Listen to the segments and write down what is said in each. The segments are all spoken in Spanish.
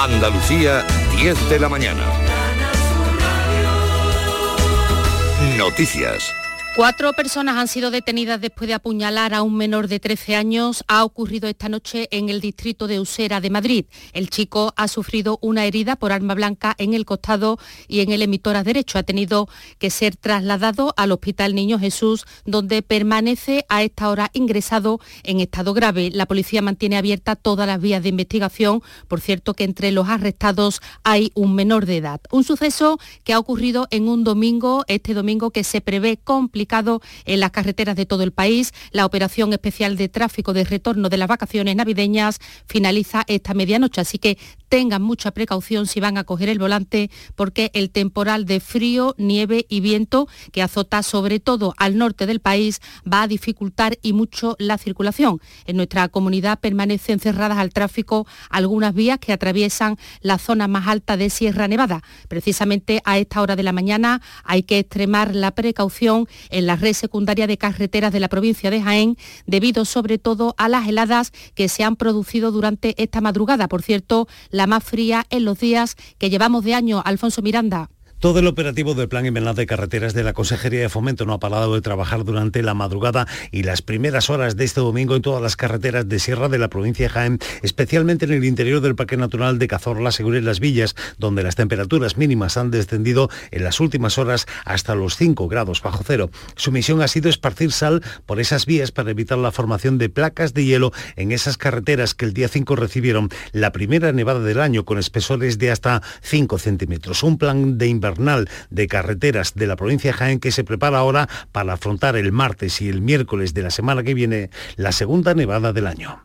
Andalucía, 10 de la mañana. Noticias. 4 personas han sido detenidas después de apuñalar a un menor de 13 años. Ha ocurrido esta noche en el distrito de Usera de Madrid. El chico ha sufrido una herida por arma blanca en el costado y en el emitora derecho. Ha tenido que ser trasladado al Hospital Niño Jesús, donde permanece a esta hora ingresado en estado grave. La policía mantiene abiertas todas las vías de investigación. Por cierto, que entre los arrestados hay un menor de edad. Un suceso que ha ocurrido en un domingo, este domingo, que se prevé complicado en las carreteras de todo el país. La operación especial de tráfico de retorno de las vacaciones navideñas finaliza esta medianoche, así que tengan mucha precaución si van a coger el volante, porque el temporal de frío, nieve y viento que azota sobre todo al norte del país va a dificultar y mucho la circulación. En nuestra comunidad permanecen cerradas al tráfico algunas vías que atraviesan la zona más alta de Sierra Nevada. Precisamente a esta hora de la mañana hay que extremar la precaución en la red secundaria de carreteras de la provincia de Jaén, debido sobre todo a las heladas que se han producido durante esta madrugada. Por cierto, la más fría en los días que llevamos de año. Alfonso Miranda. Todo el operativo del Plan Invernal de Carreteras de la Consejería de Fomento no ha parado de trabajar durante la madrugada y las primeras horas de este domingo en todas las carreteras de Sierra de la provincia de Jaén, especialmente en el interior del Parque Natural de Cazorla, Segura y Las Villas, donde las temperaturas mínimas han descendido en las últimas horas hasta los 5 grados bajo cero. Su misión ha sido esparcir sal por esas vías para evitar la formación de placas de hielo en esas carreteras que el día 5 recibieron la primera nevada del año con espesores de hasta 5 centímetros. Un plan de invernal de carreteras de la provincia de Jaén que se prepara ahora para afrontar el martes y el miércoles de la semana que viene la segunda nevada del año.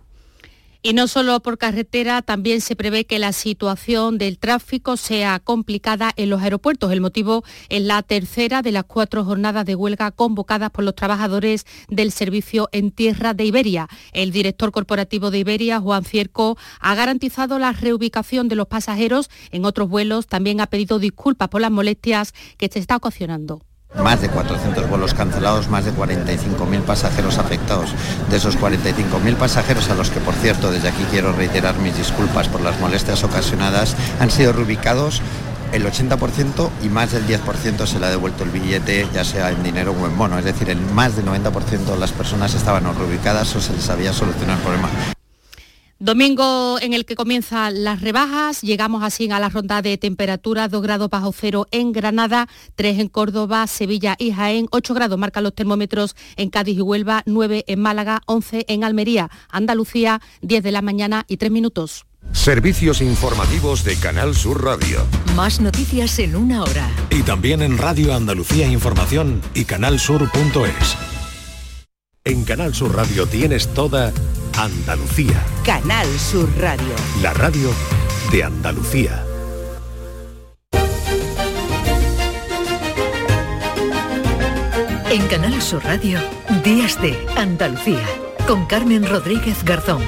Y no solo por carretera, también se prevé que la situación del tráfico sea complicada en los aeropuertos. El motivo es la tercera de las 4 jornadas de huelga convocadas por los trabajadores del servicio en tierra de Iberia. El director corporativo de Iberia, Juan Cierco, ha garantizado la reubicación de los pasajeros en otros vuelos. También ha pedido disculpas por las molestias que se está ocasionando. Más de 400 vuelos cancelados, más de 45.000 pasajeros afectados. De esos 45.000 pasajeros, a los que, por cierto, desde aquí quiero reiterar mis disculpas por las molestias ocasionadas, han sido reubicados el 80% y más del 10% se le ha devuelto el billete, ya sea en dinero o en bono. Es decir, el más del 90% de las personas estaban o reubicadas o se les había solucionado el problema. Domingo en el que comienzan las rebajas, llegamos así a la ronda de temperaturas, 2 grados bajo cero en Granada, 3 en Córdoba, Sevilla y Jaén, 8 grados marcan los termómetros en Cádiz y Huelva, 9 en Málaga, 11 en Almería, Andalucía, 10 de la mañana y 3 minutos. Servicios informativos de Canal Sur Radio. Más noticias en una hora. Y también en Radio Andalucía Información y canalsur.es. En Canal Sur Radio tienes toda Andalucía. Canal Sur Radio. La radio de Andalucía. En Canal Sur Radio, Días de Andalucía, con Carmen Rodríguez Garzón.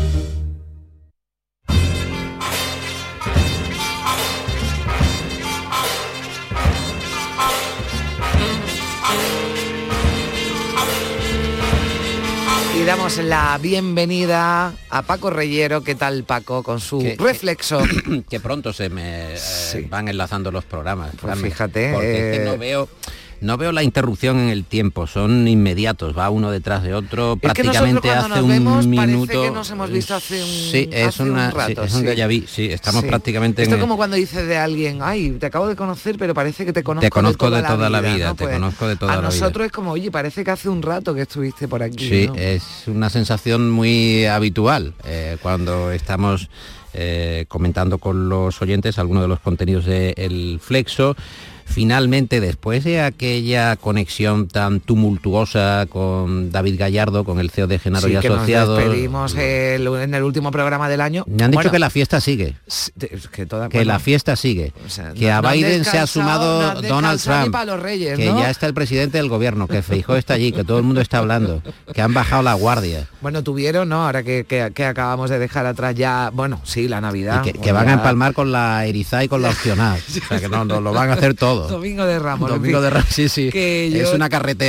Y damos la bienvenida a Paco Reyero. ¿Qué tal, Paco? Con su reflexo. Que pronto se me van enlazando los programas. Pues fíjate. Porque es que no veo la interrupción en el tiempo, son inmediatos, va uno detrás de otro, es prácticamente que hace nos un vemos, minuto. Parece que nos hemos visto hace un, sí, es un rato. Sí, es un déjà vu, sí, estamos prácticamente Esto es como cuando dices de alguien, ay, te acabo de conocer, pero parece que te conozco de toda la vida, ¿no? te Pues conozco de toda la vida. A nosotros es como, oye, parece que hace un rato que estuviste por aquí. Sí, ¿no? es una sensación muy habitual cuando estamos comentando con los oyentes algunos de los contenidos del Flexo. Finalmente, después de aquella conexión tan tumultuosa con David Gallardo, con el CEO de Genaro y Asociados... Nos despedimos en el último programa del año. Me han dicho que la fiesta sigue. Que la fiesta sigue. O sea, que a Biden se ha sumado Donald Trump. Los Reyes, que ya está el presidente del gobierno, que Feijóo está allí, que todo el mundo está hablando, que han bajado la guardia. Bueno, tuvieron, ¿no? Ahora que acabamos de dejar atrás ya, bueno, sí, la Navidad. Y que van a empalmar con la Erizá y con la opcional. O sea, que no lo van a hacer todo. Domingo de Ramos. Domingo de Ramos, sí. Es una carretera.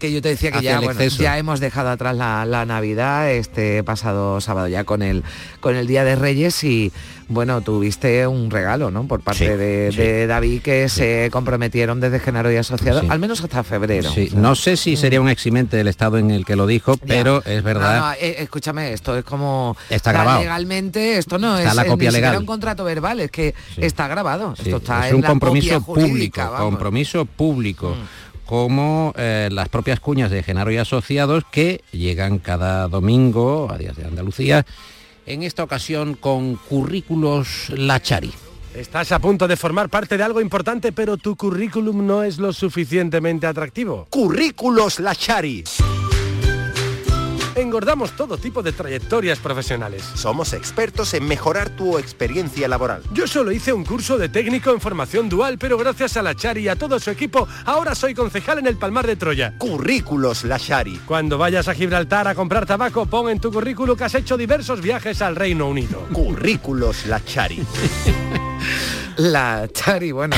Que yo te decía que ya hemos dejado atrás la Navidad este pasado sábado ya con el Día de Reyes y bueno, tuviste un regalo, ¿no? Por parte de David que se comprometieron desde Genaro y Asociados, al menos hasta febrero. Sí. No sé si sería un eximente del estado en el que lo dijo, pero es verdad. No, escúchame, esto es como... Está grabado. Legalmente, esto no está es la copia ni legal. siquiera un contrato verbal, es que está grabado. Sí. Esto está es en un la compromiso copia jurídica, público, compromiso público. Como las propias cuñas de Genaro y Asociados que llegan cada domingo a Días de Andalucía, en esta ocasión con currículos Lachari. Estás a punto de formar parte de algo importante, pero tu currículum no es lo suficientemente atractivo. Currículos Lachari. Engordamos todo tipo de trayectorias profesionales. Somos expertos en mejorar tu experiencia laboral. Yo solo hice un curso de técnico en formación dual, pero gracias a Lachari y a todo su equipo, ahora soy concejal en el Palmar de Troya. Currículos Lachari. Cuando vayas a Gibraltar a comprar tabaco, pon en tu currículo que has hecho diversos viajes al Reino Unido. Currículos Lachari. Lachari, bueno,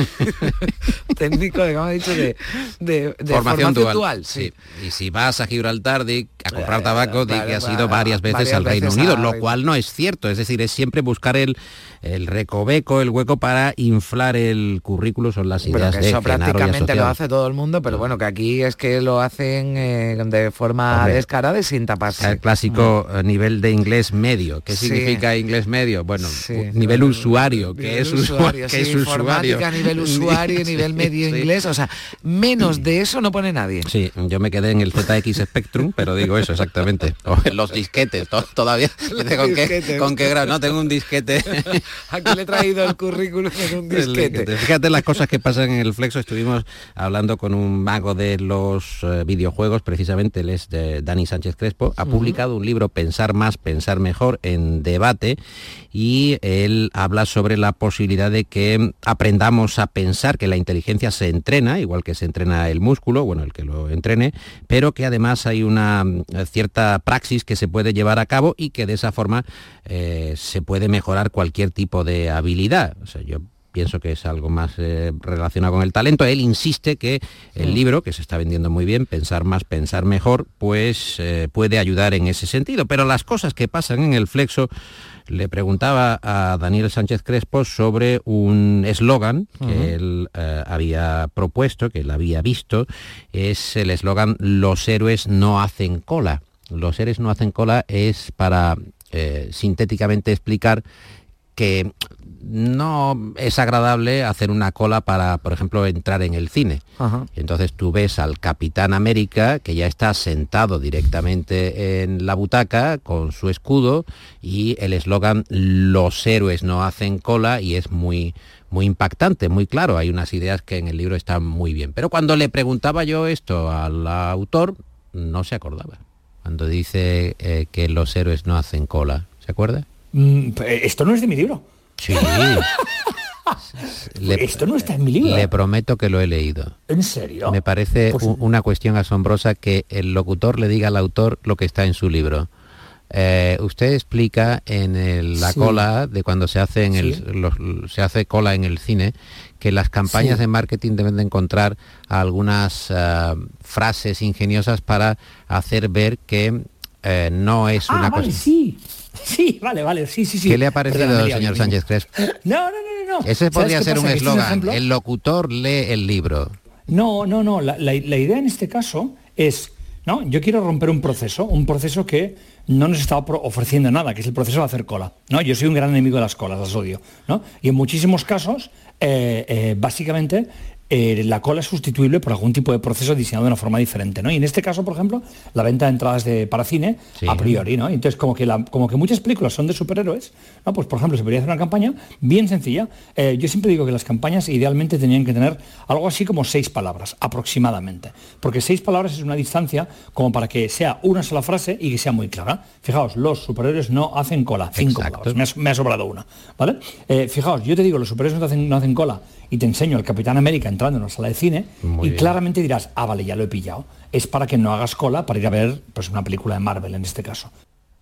técnico, como ha dicho, de formación dual. Sí. Y si vas a Gibraltar a comprar tabaco, di que has ido varias veces al Reino Unido, lo cual no es cierto. Es decir, es siempre buscar el recoveco, el hueco para inflar el currículo, son las ideas de eso Genaro prácticamente lo hace todo el mundo, pero bueno, que aquí es que lo hacen de forma descarada y sin taparse. El clásico nivel de inglés medio. ¿Qué significa inglés medio? Bueno, nivel usuario, que es usuario. Informática, nivel usuario y nivel medio inglés, o sea, menos de eso no pone nadie. Sí, yo me quedé en el ZX Spectrum, pero digo eso exactamente. O los disquetes, todavía. ¿Con qué grado? No, tengo un disquete. Aquí le he traído el currículum en un disquete. Fíjate las cosas que pasan en el Flexo. Estuvimos hablando con un mago de los videojuegos, precisamente él es de Dani Sánchez Crespo. Ha publicado un libro, Pensar más, pensar mejor, en debate, y él habla sobre la posibilidad de que aprendamos a pensar, que la inteligencia se entrena, igual que se entrena el músculo, bueno, el que lo entrene, pero que además hay una cierta praxis que se puede llevar a cabo y que de esa forma se puede mejorar cualquier tipo de habilidad. O sea, yo pienso que es algo más relacionado con el talento. Él insiste que el libro, que se está vendiendo muy bien, Pensar más, pensar mejor, pues puede ayudar en ese sentido. Pero las cosas que pasan en el Flexo, le preguntaba a Daniel Sánchez Crespo sobre un eslogan que él había propuesto, que él había visto. Es el eslogan "Los héroes no hacen cola". Los héroes no hacen cola es para sintéticamente explicar que no es agradable hacer una cola para, por ejemplo, entrar en el cine. Entonces tú ves al Capitán América, que ya está sentado directamente en la butaca con su escudo, y el eslogan "Los héroes no hacen cola", y es muy impactante, muy claro. Hay unas ideas que en el libro están muy bien. Pero cuando le preguntaba yo esto al autor, no se acordaba. Cuando dice que los héroes no hacen cola, ¿se acuerda? Esto no es de mi libro. Sí. Esto no está en mi libro. Le prometo que lo he leído. ¿En serio? Me parece una cuestión asombrosa que el locutor le diga al autor lo que está en su libro. Usted explica en la cola de cuando se hace se hace cola en el cine, que las campañas de marketing deben de encontrar algunas frases ingeniosas para hacer ver que no es una cosa. Sí, vale, sí. ¿Qué le ha parecido, señor Sánchez Crespo? No. Ese podría ser un eslogan. El locutor lee el libro. No. La idea en este caso es, ¿no? Yo quiero romper un proceso que no nos está ofreciendo nada, que es el proceso de hacer cola, ¿no? Yo soy un gran enemigo de las colas, las odio, ¿no? Y en muchísimos casos, básicamente, la cola es sustituible por algún tipo de proceso diseñado de una forma diferente, ¿no? Y en este caso, por ejemplo, la venta de entradas para cine, a priori, ¿no? Entonces, como que muchas películas son de superhéroes, ¿no? Pues, por ejemplo, se podría hacer una campaña bien sencilla. Yo siempre digo que las campañas idealmente tenían que tener algo así como 6 palabras, aproximadamente. Porque 6 palabras es una distancia como para que sea una sola frase y que sea muy clara. Fijaos, los superhéroes no hacen cola. 5 palabras. Me ha sobrado una, ¿vale? Fijaos, yo te digo, los superhéroes no hacen cola, y te enseño al Capitán América entrando en una sala de cine, claramente dirás, vale, ya lo he pillado. Es para que no hagas cola para ir a ver, pues, una película de Marvel en este caso.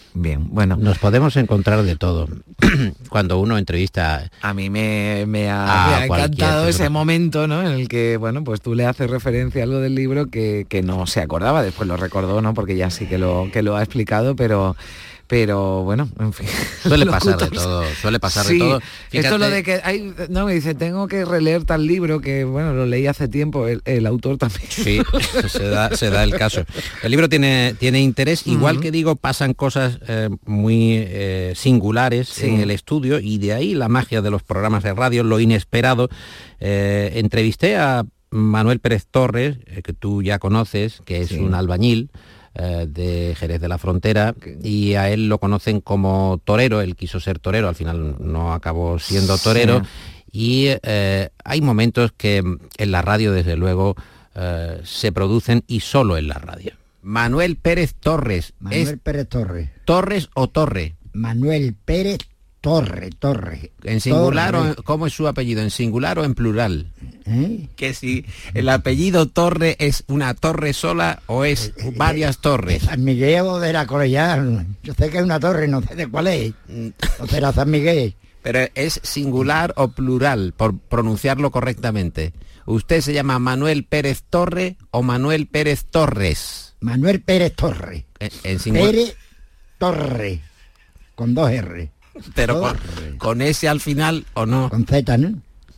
Bien, bueno. Nos podemos encontrar de todo. Cuando uno entrevista... A mí me ha encantado ese momento, ¿no? En el que, bueno, pues tú le haces referencia a algo del libro que no se acordaba, después lo recordó, ¿no? Porque ya sí que lo ha explicado, pero bueno, en fin. Suele pasar de todo. Fíjate, esto es lo de que me dice, tengo que releer tal libro que, bueno, lo leí hace tiempo, el autor también. Sí, se da el caso. El libro tiene interés, igual que digo, pasan cosas muy singulares en el estudio, y de ahí la magia de los programas de radio, lo inesperado. Entrevisté a Manuel Pérez Torres, que tú ya conoces, que es un albañil de Jerez de la Frontera, y a él lo conocen como torero. Él quiso ser torero, al final no acabó siendo torero, y hay momentos que en la radio, desde luego, se producen, y solo en la radio. Manuel Pérez Torres. Pérez Torres. ¿Torres o Torre? Manuel Pérez Torre. ¿En singular o cómo es su apellido? ¿En singular o en plural? Que si el apellido Torre es una torre sola o es varias torres. San Miguel o de la Corellana. Yo sé que es una torre, no sé de cuál es. No será San Miguel. Pero ¿es singular o plural, por pronunciarlo correctamente? ¿Usted se llama Manuel Pérez Torre o Manuel Pérez Torres? Manuel Pérez Torre. En singular. Pérez Torre. Con 2 R. Pero con ese al final, ¿o no? Con Z, ¿no?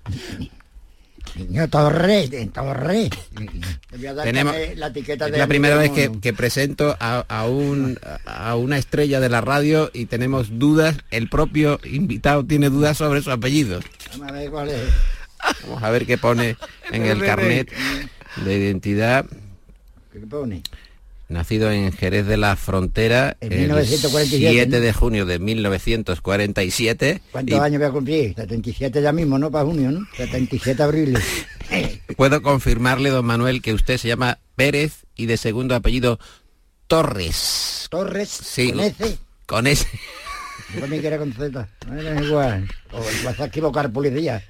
Niño, Torre. Tenemos, la etiqueta es la primera vez que presento a una estrella de la radio y tenemos dudas. El propio invitado tiene dudas sobre su apellido. Vamos a ver cuál es. Vamos a ver qué pone en el carnet de identidad. ¿Qué pone? Nacido en Jerez de la Frontera en 1947, el 7 de junio de 1947. ¿Cuántos años voy a cumplir? 77 ya mismo, ¿no? Para junio, ¿no? 77 de abril. Puedo confirmarle, don Manuel, que usted se llama Pérez y de segundo apellido Torres. ¿Torres? Sí. ¿Con ese? Con ese. Yo también quiero con Z. No es igual. O vas a equivocar, policía.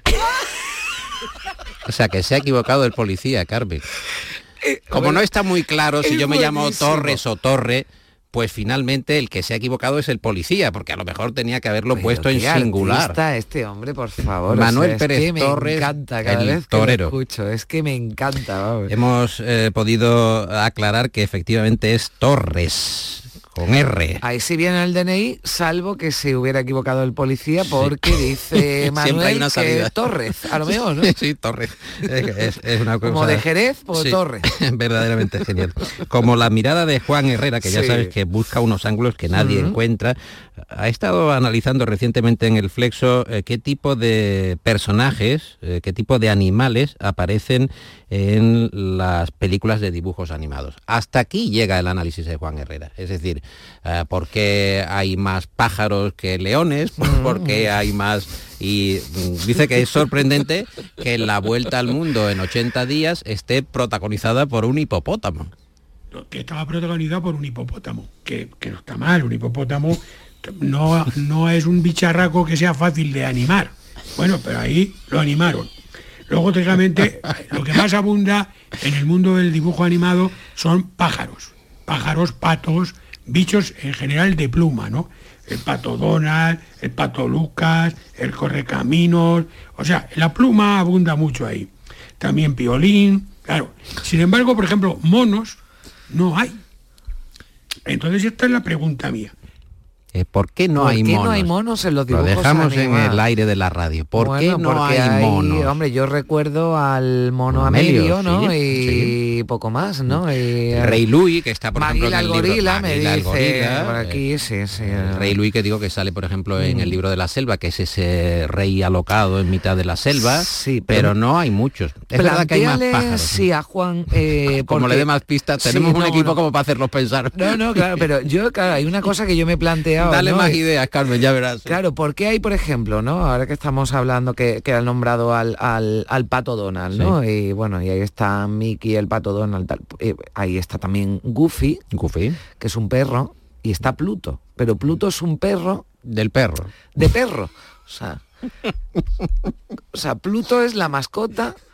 O sea, que se ha equivocado el policía, Carmen. Como no está muy claro si yo me llamo Torres o Torre, pues finalmente el que se ha equivocado es el policía, porque a lo mejor tenía que haberlo puesto en singular. Está este hombre, por favor. Manuel Pérez Torres, me encanta cada vez que torero. lo escucho, es que me encanta. Vamos. Hemos podido aclarar que efectivamente es Torres, con R. Ahí sí viene el DNI, salvo que se hubiera equivocado el policía, porque dice Manuel que Torres, a lo mejor, ¿no? Sí, Torres. Es una cosa... Como de Jerez, pues Torres. Verdaderamente genial. Como la mirada de Juan Herrera, que ya sabes que busca unos ángulos que nadie encuentra. Ha estado analizando recientemente en el Flexo qué tipo de personajes, qué tipo de animales aparecen en las películas de dibujos animados. Hasta aquí llega el análisis de Juan Herrera. Es decir, ¿por qué hay más pájaros que leones? ¿Por qué hay más? Y dice que es sorprendente que La Vuelta al Mundo en 80 días esté protagonizada por un hipopótamo. Que estaba protagonizada por un hipopótamo, que no está mal. Un hipopótamo no es un bicharraco que sea fácil de animar. Bueno, pero ahí lo animaron. Luego, técnicamente, lo que más abunda en el mundo del dibujo animado son pájaros. Pájaros, patos, bichos en general de pluma, ¿no? El pato Donald, el pato Lucas, el correcaminos. O sea, la pluma abunda mucho ahí. También Piolín, claro. Sin embargo, por ejemplo, monos no hay. Entonces esta es la pregunta mía. ¿Por qué no hay monos? ¿Por qué no hay monos en los dibujos animados? Lo dejamos animados en el aire de la radio. ¿Por qué no hay monos? Hombre, yo recuerdo al mono Amelio, ¿no? Sí, y poco más, ¿no? Y Rey Louis, que está, por ejemplo, en el libro... Gorila, me dice, por aquí, sí. Rey Louis, que digo que sale, por ejemplo, en el libro de la selva, que es ese rey alocado en mitad de la selva, sí, pero no hay muchos. Es verdad que hay más pájaros. Sí, a Juan... como le dé más pistas, tenemos un equipo como para hacerlos pensar. No, claro, pero hay una cosa que yo me he planteado. Dale más ideas, Carmen, ya verás. Claro, porque hay, por ejemplo, ¿no? Ahora que estamos hablando que han nombrado al pato Donald, ¿no? Sí. Y bueno, y ahí está Mickey, el pato Donald, tal. Ahí está también Goofy, que es un perro, y está Pluto. Pero Pluto es un perro... Del perro. De perro. O sea, Pluto es la mascota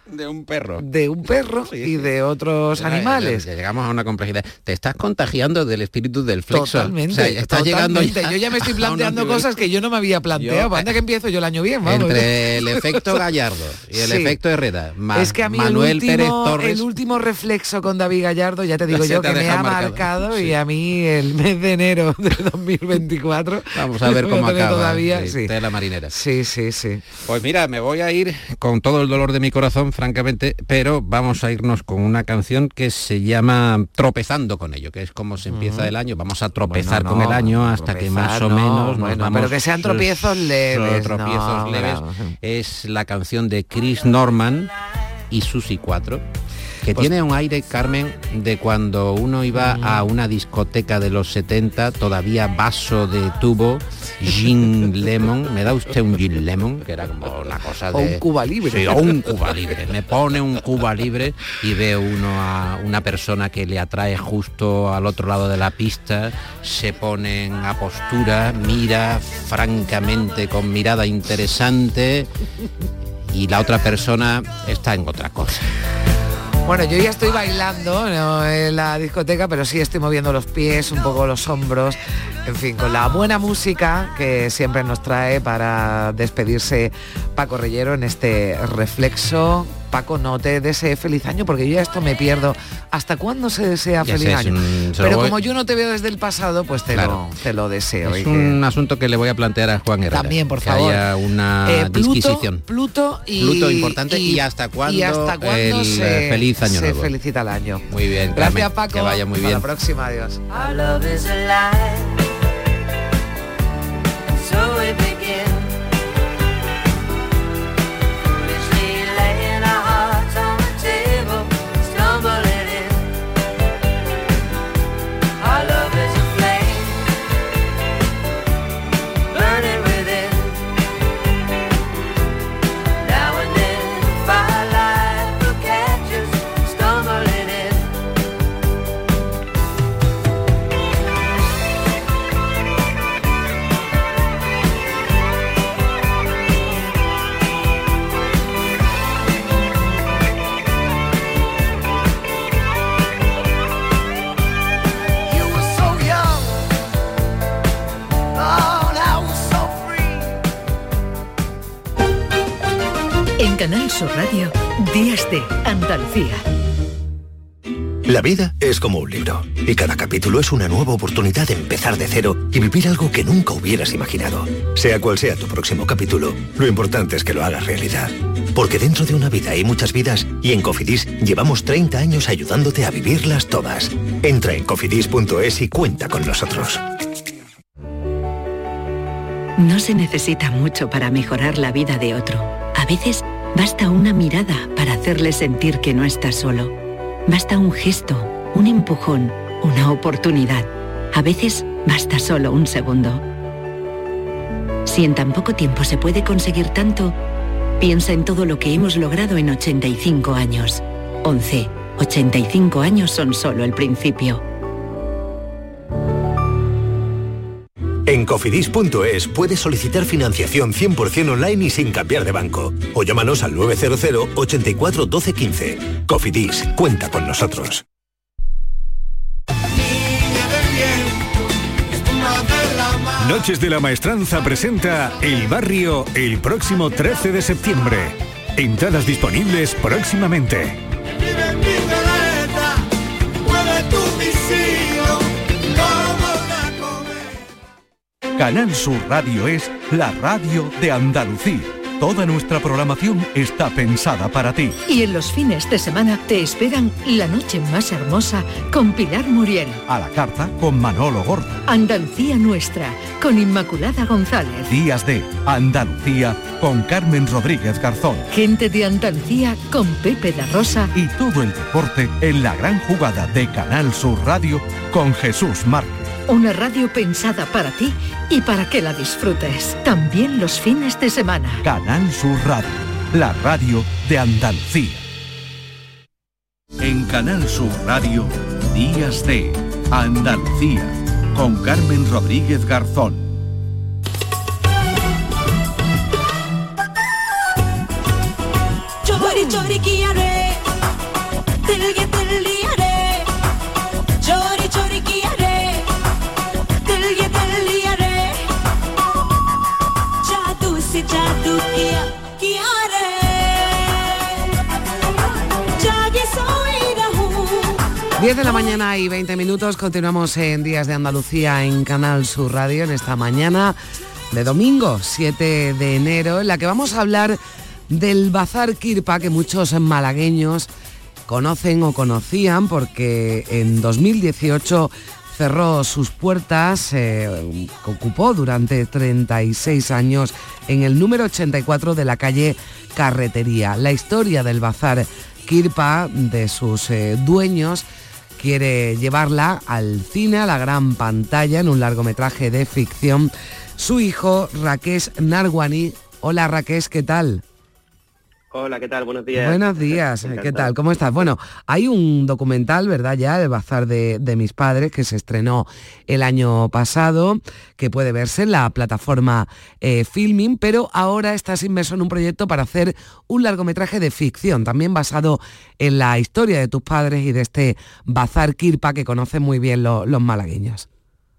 De un perro. De un perro y de otros animales. Ya llegamos a una complejidad. Te estás contagiando del espíritu del flexo. Totalmente. O sea, estás llegando yo ya me estoy planteando cosas que yo no me había planteado. Anda que empiezo yo el año bien, vamos. Entre el efecto Gallardo y el efecto Herrera, es que a mí Manuel Pérez Torres... El último reflexo con David Gallardo, ya te digo yo, que me ha marcado sí. Y a mí el mes de enero de 2024... Vamos a ver cómo acaba todavía. Sí. La marinera. Sí. Pues mira, me voy a ir con todo el dolor de mi corazón, francamente, pero vamos a irnos con una canción que se llama Tropezando con ello, que es como se empieza el año. Vamos a tropezar con el año hasta que más o menos nos vamos... Pero que sean tropiezos leves. Tropiezos leves. Es la canción de Chris Norman y Susi 4. Que pues, tiene un aire, Carmen, de cuando uno iba a una discoteca de los 70, todavía vaso de tubo, gin lemon. ¿Me da usted un gin lemon? Que era como la cosa de... O un Cuba Libre. Sí, o un Cuba Libre. Me pone un Cuba Libre y veo uno a una persona que le atrae justo al otro lado de la pista, se ponen a postura, mira francamente con mirada interesante y la otra persona está en otra cosa. Bueno, yo ya estoy bailando, no en la discoteca, pero sí estoy moviendo los pies, un poco los hombros, en fin, con la buena música que siempre nos trae para despedirse Paco Reyero en este reflexo. Paco, no te desee feliz año, porque yo ya esto me pierdo. ¿Hasta cuándo se desea feliz año? Pero como yo no te veo desde el pasado, pues te lo deseo. Es un asunto que le voy a plantear a Juan Herrera. También, por favor. Que haya una disquisición. Pluto importante y hasta cuándo el feliz año nuevo. Se felicita el año. Muy bien, gracias, Carmen, Paco. Que vaya muy bien. Hasta la próxima, adiós. Canal Sur Radio, Días de Andalucía. La vida es como un libro y cada capítulo es una nueva oportunidad de empezar de cero y vivir algo que nunca hubieras imaginado. Sea cual sea tu próximo capítulo, lo importante es que lo hagas realidad. Porque dentro de una vida hay muchas vidas y en Cofidis llevamos 30 años ayudándote a vivirlas todas. Entra en cofidis.es y cuenta con nosotros. No se necesita mucho para mejorar la vida de otro. A veces basta una mirada para hacerle sentir que no está solo. Basta un gesto, un empujón, una oportunidad. A veces basta solo un segundo. Si en tan poco tiempo se puede conseguir tanto, piensa en todo lo que hemos logrado en 85 años. 85 años son solo el principio. En cofidis.es puedes solicitar financiación 100% online y sin cambiar de banco. O llámanos al 900 84 12 15. Cofidis, cuenta con nosotros. Noches de la Maestranza presenta El Barrio el próximo 13 de septiembre. Entradas disponibles próximamente. Canal Sur Radio es la radio de Andalucía. Toda nuestra programación está pensada para ti. Y en los fines de semana te esperan La Noche Más Hermosa con Pilar Muriel. A la carta con Manolo Gordo. Andalucía Nuestra con Inmaculada González. Días de Andalucía con Carmen Rodríguez Garzón. Gente de Andalucía con Pepe da Rosa. Y todo el deporte en la gran jugada de Canal Sur Radio con Jesús Márquez. Una radio pensada para ti y para que la disfrutes. También los fines de semana. Canal Sur Radio, la radio de Andalucía. En Canal Sur Radio, Días de Andalucía, con Carmen Rodríguez Garzón. Yo voy चोरी चोरी किया रे दिल ये दिल लिया रे चोरी चोरी किया रे दिल ये दिल लिया रे जादू से जादू किया रे जागे सोई रहूं 10 de la mañana y 20 minutos, continuamos en Días de Andalucía en Canal Sur Radio en esta mañana de domingo 7 de enero, en la que vamos a hablar del Bazar Kirpa, que muchos malagueños conocen o conocían porque en 2018 cerró sus puertas, ocupó durante 36 años en el número 84 de la calle Carretería. La historia del Bazar Kirpa, de sus dueños, quiere llevarla al cine, a la gran pantalla, en un largometraje de ficción, su hijo Rakesh Narwani. Hola Rakesh, ¿qué tal? Hola, ¿qué tal? Buenos días. Buenos días, ¿qué tal? ¿Cómo estás? Bueno, hay un documental, ¿verdad? Ya, El Bazar de mis padres, que se estrenó el año pasado, que puede verse en la plataforma Filmin, pero ahora estás inmerso en un proyecto para hacer un largometraje de ficción, también basado en la historia de tus padres y de este Bazar Kirpa que conocen muy bien los malagueños.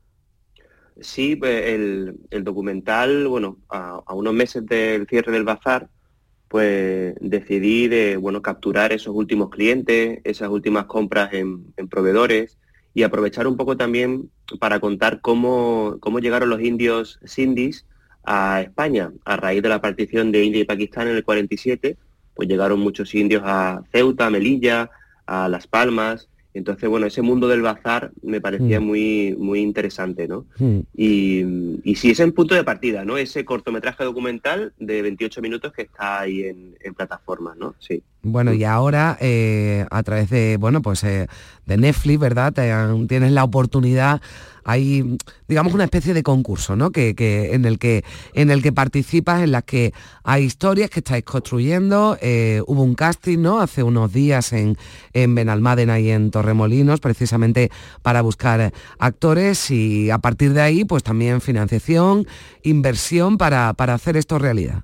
Sí, pues el documental, bueno, a unos meses del cierre del bazar, pues decidí capturar esos últimos clientes, esas últimas compras en proveedores y aprovechar un poco también para contar cómo llegaron los indios sindhis a España. A raíz de la partición de India y Pakistán en el 47, pues llegaron muchos indios a Ceuta, a Melilla, a Las Palmas. Entonces, bueno, ese mundo del bazar me parecía muy interesante, ¿no? Y sí, ese es el punto de partida, ¿no? Ese cortometraje documental de 28 minutos que está ahí en plataformas, ¿no? Sí. Bueno, y ahora a través de, de Netflix, ¿verdad? Tienes la oportunidad, hay, digamos, una especie de concurso, ¿no? En el que participas, en las que hay historias que estáis construyendo. Hubo un casting, ¿no? Hace unos días en Benalmádena y en Torremolinos, precisamente para buscar actores, y a partir de ahí, pues también financiación, inversión para hacer esto realidad.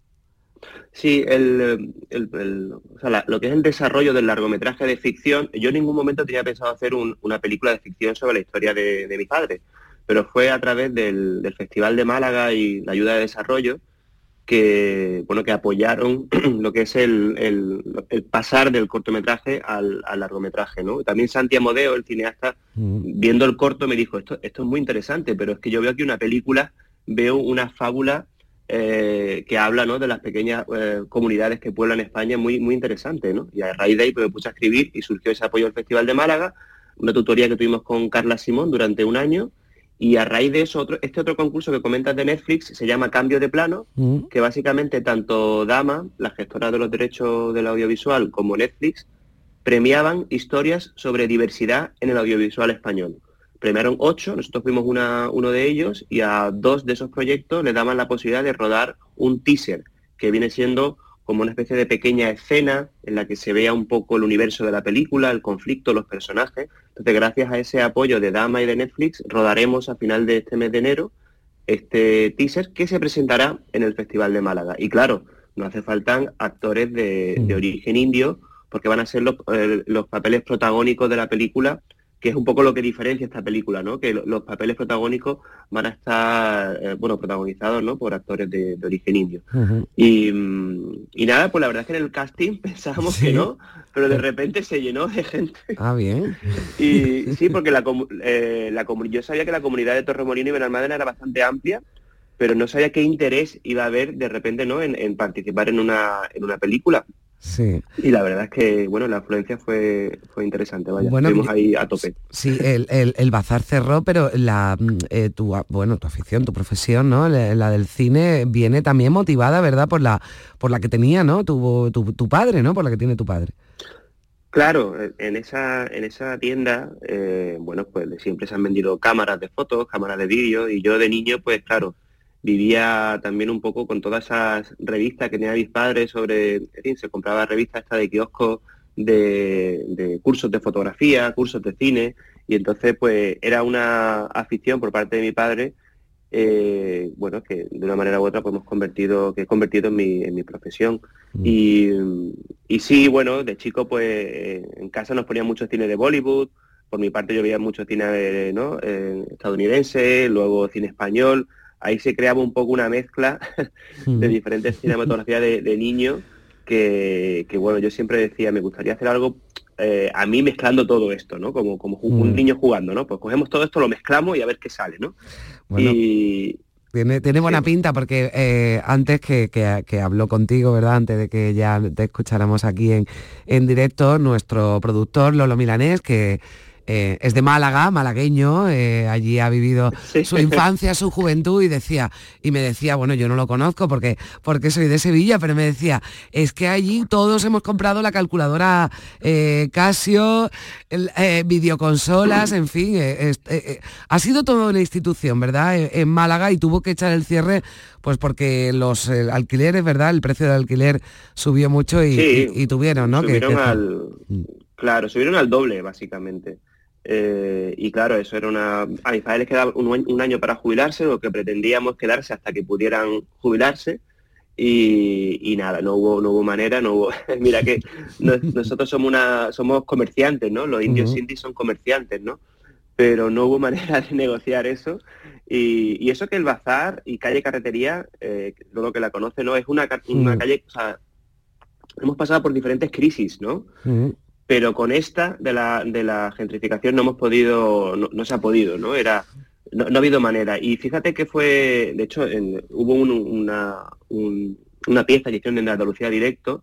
Sí, lo que es el desarrollo del largometraje de ficción, yo en ningún momento tenía pensado hacer una película de ficción sobre la historia de mi padre, pero fue a través del Festival de Málaga y la ayuda de desarrollo que apoyaron lo que es el pasar del cortometraje al largometraje, ¿no? También Santi Amodeo, el cineasta, viendo el corto me dijo, esto es muy interesante, pero es que yo veo aquí una película, veo una fábula que habla, ¿no?, de las pequeñas comunidades que pueblan España, muy interesante, ¿no? Y a raíz de ahí pues, me puse a escribir y surgió ese apoyo al Festival de Málaga, una tutoría que tuvimos con Carla Simón durante un año, y a raíz de eso este otro concurso que comentas de Netflix se llama Cambio de Plano, que básicamente tanto Dama, la gestora de los derechos del audiovisual, como Netflix premiaban historias sobre diversidad en el audiovisual español. Premiaron 8, nosotros fuimos uno de ellos, y a 2 de esos proyectos les daban la posibilidad de rodar un teaser, que viene siendo como una especie de pequeña escena en la que se vea un poco el universo de la película, el conflicto, los personajes. Entonces, gracias a ese apoyo de Dama y de Netflix, rodaremos a final de este mes de enero este teaser que se presentará en el Festival de Málaga. Y claro, nos hace falta actores de origen indio, porque van a ser los papeles protagónicos de la película, que es un poco lo que diferencia esta película, ¿no? Que los papeles protagónicos van a estar, protagonizados, ¿no?, por actores de origen indio. Y nada, pues la verdad es que en el casting pensábamos que no, pero de repente se llenó de gente. Ah, bien. Y sí, porque yo sabía que la comunidad de Torremolinos y Benalmádena era bastante amplia, pero no sabía qué interés iba a haber de repente, ¿no?, en participar en una película. Sí. Y la verdad es que, la afluencia fue interesante, vaya. Bueno, estuvimos ahí a tope. Sí, el bazar cerró, pero tu afición, tu profesión, ¿no?, la del cine, viene también motivada, ¿verdad?, por la que tenía, ¿no?, tu padre, ¿no?, por la que tiene tu padre. Claro, en esa tienda, pues siempre se han vendido cámaras de fotos, cámaras de vídeo, y yo de niño, pues claro, vivía también un poco con todas esas revistas que tenían mis padres sobre, en fin, se compraba revistas esta de kioscos de cursos de fotografía, cursos de cine, y entonces pues era una afición por parte de mi padre bueno, que de una manera u otra pues he convertido en mi profesión. Y sí, bueno, de chico pues en casa nos ponían mucho cine de Bollywood. Por mi parte yo veía mucho cine ¿no? estadounidense, luego cine español. Ahí se creaba un poco una mezcla de diferentes cinematografías de niño que bueno, yo siempre decía, me gustaría hacer algo a mí mezclando todo esto, ¿no? Como un niño jugando, ¿no? Pues cogemos todo esto, lo mezclamos y a ver qué sale, ¿no? Bueno, y tiene buena pinta porque antes que habló contigo, ¿verdad? Antes de que ya te escucháramos aquí en directo, nuestro productor Lolo Milanés, que es de Málaga, malagueño, allí ha vivido su infancia, su juventud y me decía, bueno, yo no lo conozco porque soy de Sevilla, pero me decía, es que allí todos hemos comprado la calculadora Casio, videoconsolas, en fin, ha sido toda una institución, ¿verdad? En Málaga, y tuvo que echar el cierre pues porque los alquileres, ¿verdad? El precio del alquiler subió mucho y tuvieron, ¿no? Claro, subieron al doble, básicamente. Y claro, eso era a mis padres les quedaba un año para jubilarse, o que pretendíamos quedarse hasta que pudieran jubilarse, y nada, no hubo manera, no hubo. Mira que nosotros somos comerciantes, ¿no? Los indios indies son comerciantes, ¿no? Pero no hubo manera de negociar eso, y eso que el Bazar y calle Carretería, lo que la conoce, ¿no? Es una calle, o sea, hemos pasado por diferentes crisis, ¿no? Pero con esta de la gentrificación no hemos podido, no se ha podido, ¿no? No ha habido manera. Y fíjate que fue, de hecho, hubo una pieza que hicieron en Andalucía Directo,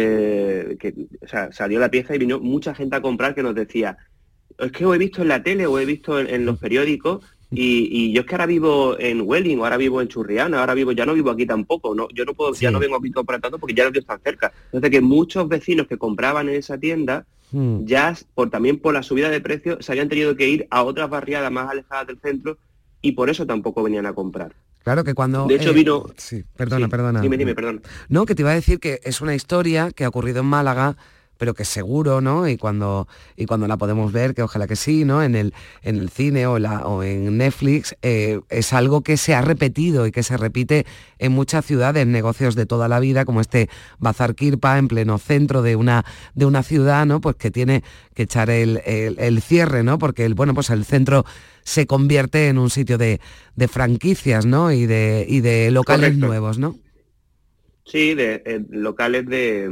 salió la pieza y vino mucha gente a comprar que nos decía, es que os he visto en la tele o he visto en los periódicos, y yo es que ahora vivo en Welling, o ahora vivo en Churriana, ya no vivo aquí tampoco, no, yo no puedo, ya no vengo aquí a comprar tanto porque ya no estoy tan cerca. Entonces que muchos vecinos que compraban en esa tienda, ya también por la subida de precios, se habían tenido que ir a otras barriadas más alejadas del centro, y por eso tampoco venían a comprar. Claro que cuando... De hecho vino... Sí, perdona. Dime, perdón. No, que te iba a decir que es una historia que ha ocurrido en Málaga, pero que seguro, ¿no? Y cuando la podemos ver, que ojalá que sí, ¿no? En el cine o en Netflix, es algo que se ha repetido y que se repite en muchas ciudades, negocios de toda la vida, como este Bazar Kirpa en pleno centro de una ciudad, ¿no? Pues que tiene que echar el cierre, ¿no? Porque el centro se convierte en un sitio de franquicias, ¿no? Y de locales nuevos, ¿no? Sí, de locales de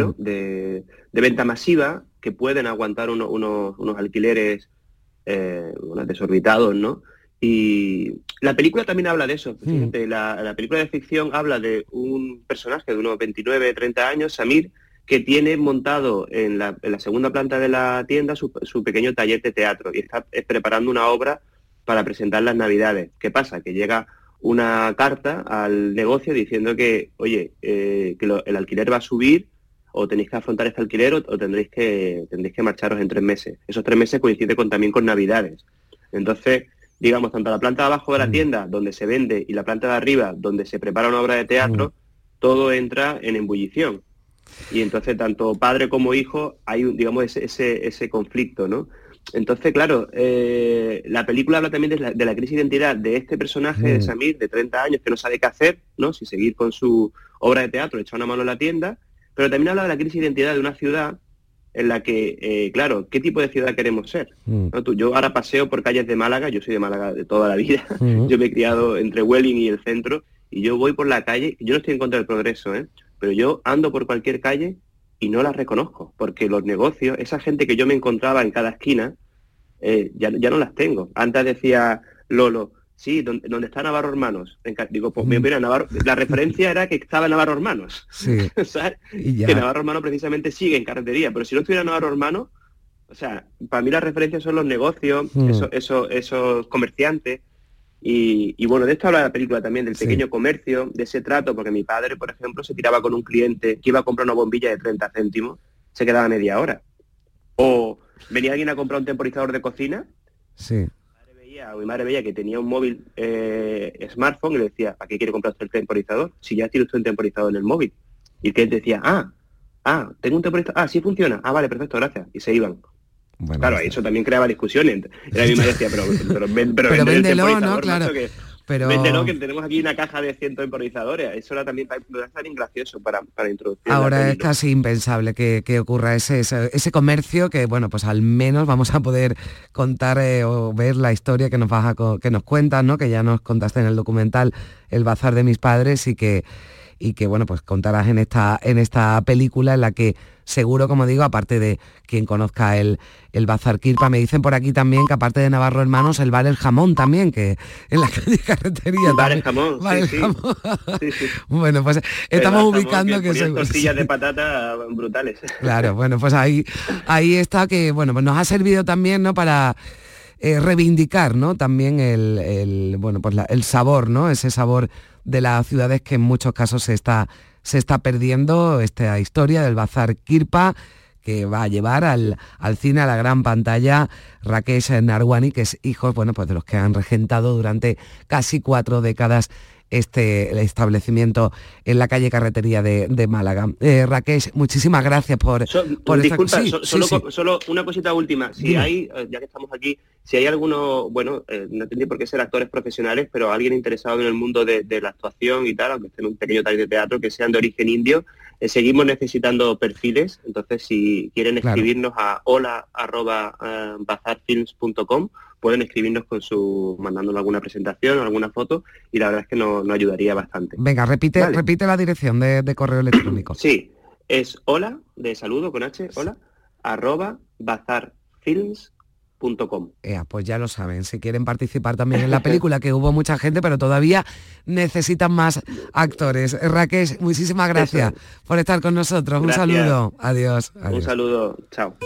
venta masiva que pueden aguantar unos alquileres desorbitados, ¿no? Y la película también habla de eso. Fíjate, la película de ficción habla de un personaje de unos 29, 30 años, Samir, que tiene montado en la segunda planta de la tienda su pequeño taller de teatro, y está preparando una obra para presentar las Navidades. ¿Qué pasa? Que llega una carta al negocio diciendo que, oye, que el alquiler va a subir, o tenéis que afrontar este alquiler, o tendréis que marcharos en 3 meses. Esos 3 meses coinciden también con Navidades. Entonces, digamos, tanto la planta de abajo de la tienda, donde se vende, y la planta de arriba, donde se prepara una obra de teatro, todo entra en ebullición. Y entonces, tanto padre como hijo, hay, digamos, ese conflicto, ¿no? Entonces, claro, la película habla también de la crisis de identidad de este personaje de Samir, de 30 años, que no sabe qué hacer, ¿no? Si seguir con su obra de teatro, echar una mano en la tienda, pero también habla de la crisis de identidad de una ciudad en la que, claro, ¿qué tipo de ciudad queremos ser? ¿No? Yo ahora paseo por calles de Málaga, yo soy de Málaga de toda la vida, yo me he criado entre Welling y el centro, y yo voy por la calle, yo no estoy en contra del progreso, pero yo ando por cualquier calle y no las reconozco, porque los negocios, esa gente que yo me encontraba en cada esquina, ya no las tengo. Antes decía Lolo, sí, donde está Navarro Hermanos. Digo, pues me viene a Navarro. La referencia era que estaba Navarro Hermanos. Sí. ¿Sabes? Que Navarro Hermanos precisamente sigue en Carretería, pero si no estuviera Navarro Hermanos, o sea, para mí las referencias son los negocios, esos comerciantes. Y bueno, de esto habla la película también, del pequeño comercio, de ese trato, porque mi padre, por ejemplo, se tiraba con un cliente que iba a comprar una bombilla de 30 céntimos, se quedaba media hora. O venía alguien a comprar un temporizador de cocina, mi madre veía que tenía un móvil smartphone, y le decía, ¿para qué quiere comprar usted el temporizador? Si ya tiene usted un temporizador en el móvil. Y el cliente decía, tengo un temporizador, sí funciona, vale, perfecto, gracias, y se iban. Bueno, claro, eso también creaba discusiones. Era mi madre decía, pero véndelo, ¿no? Claro. Pero... Véndelo, que tenemos aquí una caja de 100 temporizadores. Eso era también bien gracioso para introducir. Ahora es casi impensable que ocurra ese comercio, que bueno, pues al menos vamos a poder contar o ver la historia que nos cuentas, ¿no? Que ya nos contaste en el documental El Bazar de mis padres y que bueno, pues contarás en esta película en la que seguro, como digo, aparte de quien conozca el Bazar Quirpa, me dicen por aquí también que aparte de Navarro Hermanos, el bar El Jamón también, que en la calle Carretería. El bar El Jamón, sí. Sí. Bueno, pues estamos ubicando que son tortillas de patata brutales. Claro, bueno, pues ahí está, que bueno, pues nos ha servido también, ¿no? Para reivindicar, ¿no? También el sabor, ¿no? Ese sabor de las ciudades que en muchos casos se está perdiendo, esta historia del Bazar Quirpa, que va a llevar al cine, a la gran pantalla, Rakesh Narwani, que es hijo, bueno, pues de los que han regentado durante casi 4 décadas el establecimiento en la calle Carretería de Málaga. Rakesh, muchísimas gracias por disculpa, esta... solo una cosita última. Si Dime. hay, ya que estamos aquí, si hay alguno, bueno, no tendría por qué ser actores profesionales, pero alguien interesado en el mundo de la actuación y tal, aunque esté en un pequeño taller de teatro, que sean de origen indio, seguimos necesitando perfiles. Entonces, si quieren escribirnos a hola@bazarfilms.com, pueden escribirnos mandándonos alguna presentación o alguna foto, y la verdad es que nos ayudaría bastante. Venga, repite la dirección de correo electrónico. Sí, es hola, de saludo con H, hola, @bazarfilms.com. Pues ya lo saben, si quieren participar también en la película, que hubo mucha gente, pero todavía necesitan más actores. Rakesh, muchísimas gracias por estar con nosotros. Gracias. Un saludo. Adiós. Un saludo. Chao.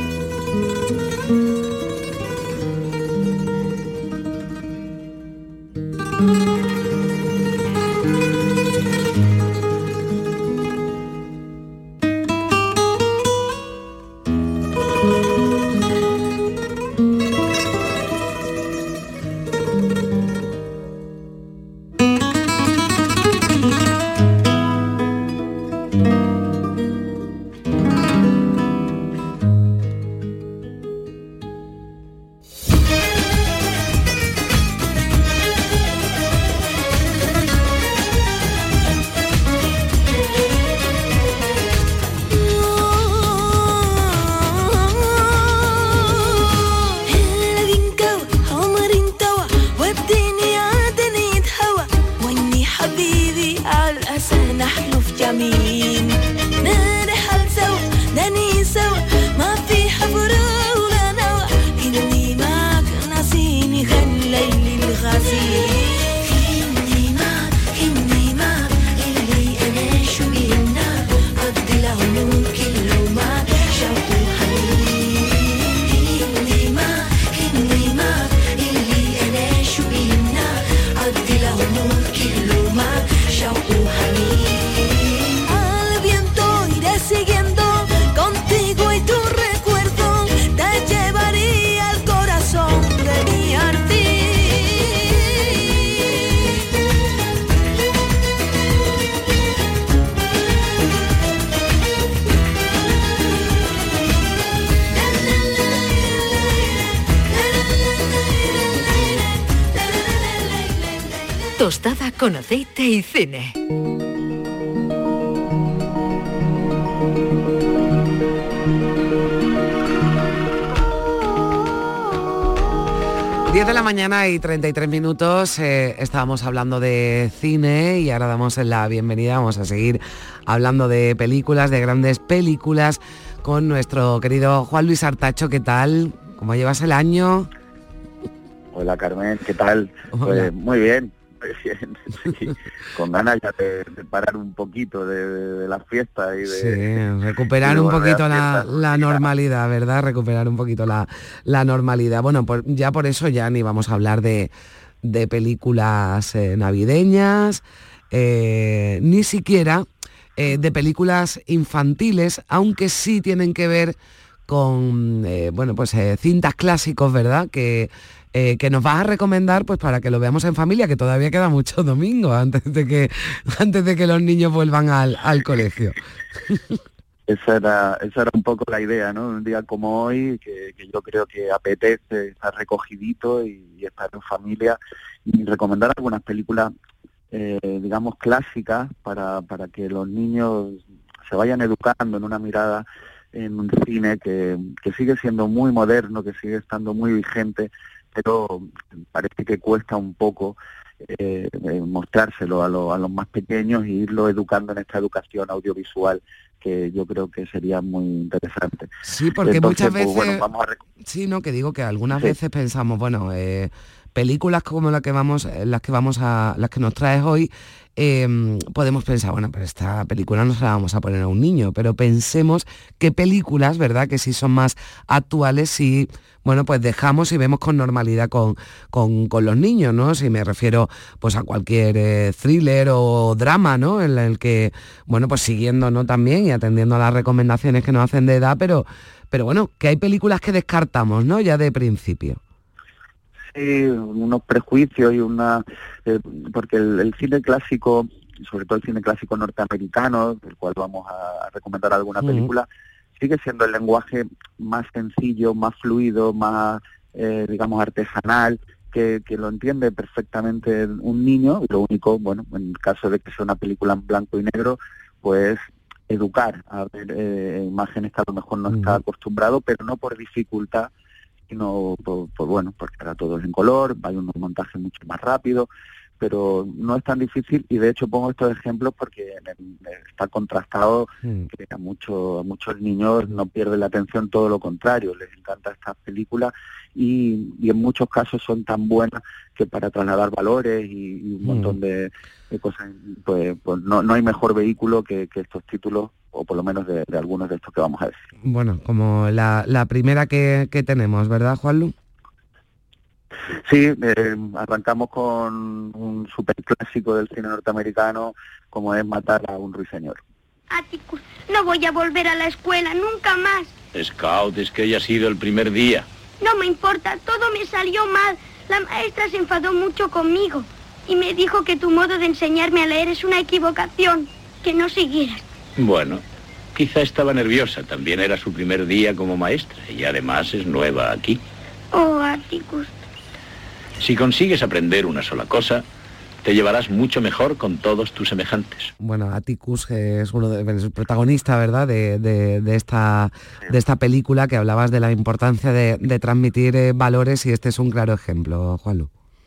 Tostada con aceite y cine. De la mañana y 33 minutos, estábamos hablando de cine y ahora damos la bienvenida, vamos a seguir hablando de películas, de grandes películas, con nuestro querido Juan Luis Artacho. ¿Qué tal? ¿Cómo llevas el año? Hola Carmen, ¿qué tal? Pues muy bien, sí, con ganas ya de parar un poquito de las fiestas y de... Sí, recuperar un poquito la normalidad, ¿verdad? Recuperar un poquito la normalidad. Bueno, pues ya por eso ya ni vamos a hablar de películas navideñas, ni siquiera de películas infantiles, aunque sí tienen que ver con cintas clásicos, ¿verdad? Que nos vas a recomendar pues para que lo veamos en familia, que todavía queda mucho domingo antes de que los niños vuelvan al colegio. Esa era un poco la idea, ¿no? Un día como hoy, que yo creo que apetece estar recogidito y estar en familia y recomendar algunas películas, digamos, clásicas para que los niños se vayan educando en una mirada en un cine que sigue siendo muy moderno, que sigue estando muy vigente, pero parece que cuesta un poco mostrárselo a los más pequeños e irlo educando en esta educación audiovisual, que yo creo que sería muy interesante. Sí, porque entonces, muchas veces... pues, bueno, vamos a sí, no, que digo que algunas Sí. veces pensamos, bueno, películas como las que nos traes hoy, podemos pensar, bueno, pero esta película no se la vamos a poner a un niño, pero pensemos qué películas, ¿verdad?, que sí son más actuales y, bueno, pues dejamos y vemos con normalidad con los niños, ¿no? Si me refiero pues a cualquier thriller o drama, ¿no?, en el que, bueno, pues siguiendo, ¿no?, también y atendiendo a las recomendaciones que nos hacen de edad, pero bueno, que hay películas que descartamos, ¿no?, ya de principio. Sí, unos prejuicios y porque el cine clásico, sobre todo el cine clásico norteamericano, del cual vamos a recomendar alguna película, sigue siendo el lenguaje más sencillo, más fluido, más, digamos, artesanal, que lo entiende perfectamente un niño. Y lo único, bueno, en el caso de que sea una película en blanco y negro, pues educar a ver imágenes que a lo mejor no está acostumbrado, pero no por dificultad, sino bueno, porque ahora todo es en color, hay un montaje mucho más rápido, pero no es tan difícil, y de hecho pongo estos ejemplos porque está contrastado que a muchos niños no pierden la atención, todo lo contrario, les encanta estas películas y en muchos casos son tan buenas que para trasladar valores y un montón de cosas, pues no hay mejor vehículo que estos títulos, o por lo menos de algunos de estos que vamos a decir. Bueno, como la primera que tenemos, ¿verdad, Juanlu? Sí, arrancamos con un superclásico del cine norteamericano, como es Matar a un ruiseñor. Atticus, no voy a volver a la escuela nunca más. Scout, es que haya sido el primer día. No me importa, todo me salió mal. La maestra se enfadó mucho conmigo y me dijo que tu modo de enseñarme a leer es una equivocación, que no siguieras. Bueno, quizá estaba nerviosa, también era su primer día como maestra y además es nueva aquí. Oh, Atticus. Si consigues aprender una sola cosa, te llevarás mucho mejor con todos tus semejantes. Bueno, Atticus es uno de los protagonistas, ¿verdad?, de esta película, que hablabas de la importancia de transmitir valores, y este es un claro ejemplo, Juanlu.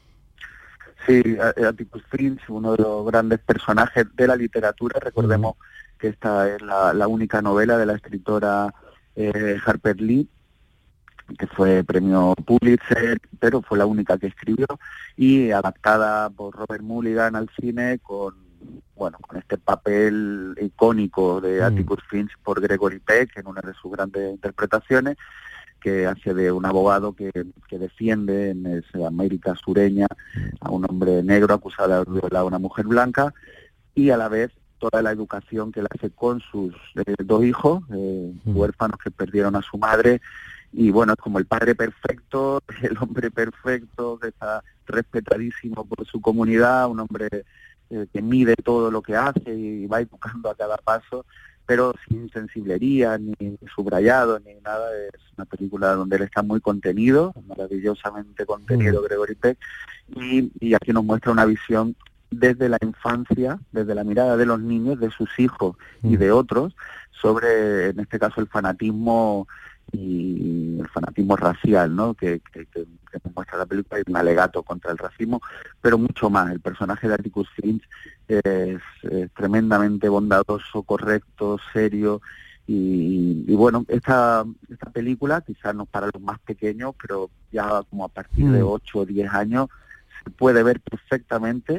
Sí, Atticus Finch, uno de los grandes personajes de la literatura. Recordemos que esta es la única novela de la escritora Harper Lee, que fue premio Pulitzer, pero fue la única que escribió, y adaptada por Robert Mulligan al cine con este papel icónico de Atticus Finch por Gregory Peck en una de sus grandes interpretaciones, que hace de un abogado que defiende en esa América sureña a un hombre negro acusado de haber violado a una mujer blanca, y a la vez toda la educación que él hace con sus dos hijos, huérfanos que perdieron a su madre. Y bueno, es como el padre perfecto, el hombre perfecto, que está respetadísimo por su comunidad, un hombre que mide todo lo que hace y va educando a cada paso, pero sin sensiblería, ni subrayado, ni nada. Es una película donde él está muy contenido, maravillosamente contenido, Gregory Peck, y aquí nos muestra una visión desde la infancia, desde la mirada de los niños, de sus hijos y de otros, sobre, en este caso, el fanatismo y el fanatismo racial, ¿no?, que nos muestra la película, y un alegato contra el racismo, pero mucho más. El personaje de Atticus Finch es tremendamente bondadoso, correcto, serio, y bueno, esta película, quizás no para los más pequeños, pero ya como a partir de 8 o 10 años, se puede ver perfectamente,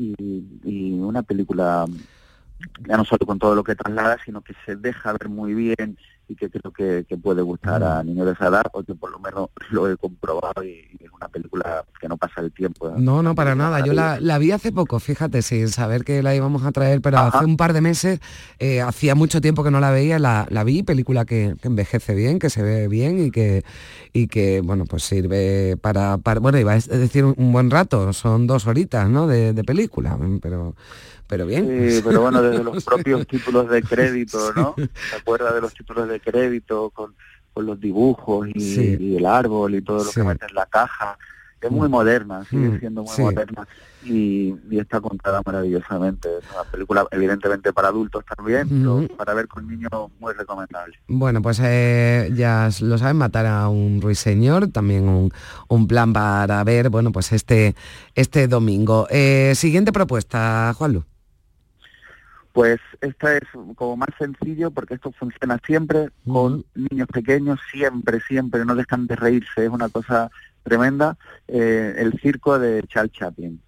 y una película ya no solo con todo lo que traslada, sino que se deja ver muy bien, y que creo que puede gustar a niños de esa edad, o que por lo menos lo he comprobado, y es una película que no pasa el tiempo. No, para nada. Yo la vi hace poco, fíjate, sin saber que la íbamos a traer, pero hace un par de meses, hacía mucho tiempo que no la veía, la vi, película que envejece bien, que se ve bien, y que bueno, pues sirve para bueno, iba a decir un buen rato, son 2 horitas, ¿no?, de película, pero bien. Sí, pero bueno, desde los propios títulos de crédito, ¿no? ¿Te acuerdas de los títulos de crédito con los dibujos y el árbol y todo lo que mete en la caja? es muy moderna, sigue siendo muy moderna y está contada maravillosamente. Es una película evidentemente para adultos también, pero para ver con niños muy recomendable. Bueno, pues ya lo saben, Matar a un ruiseñor, también un plan para ver, bueno, pues este domingo. Siguiente propuesta, Juanlu. Pues esta es como más sencillo porque esto funciona siempre con niños pequeños, siempre, no dejan de reírse, es una cosa tremenda. El circo de Charles Chaplin.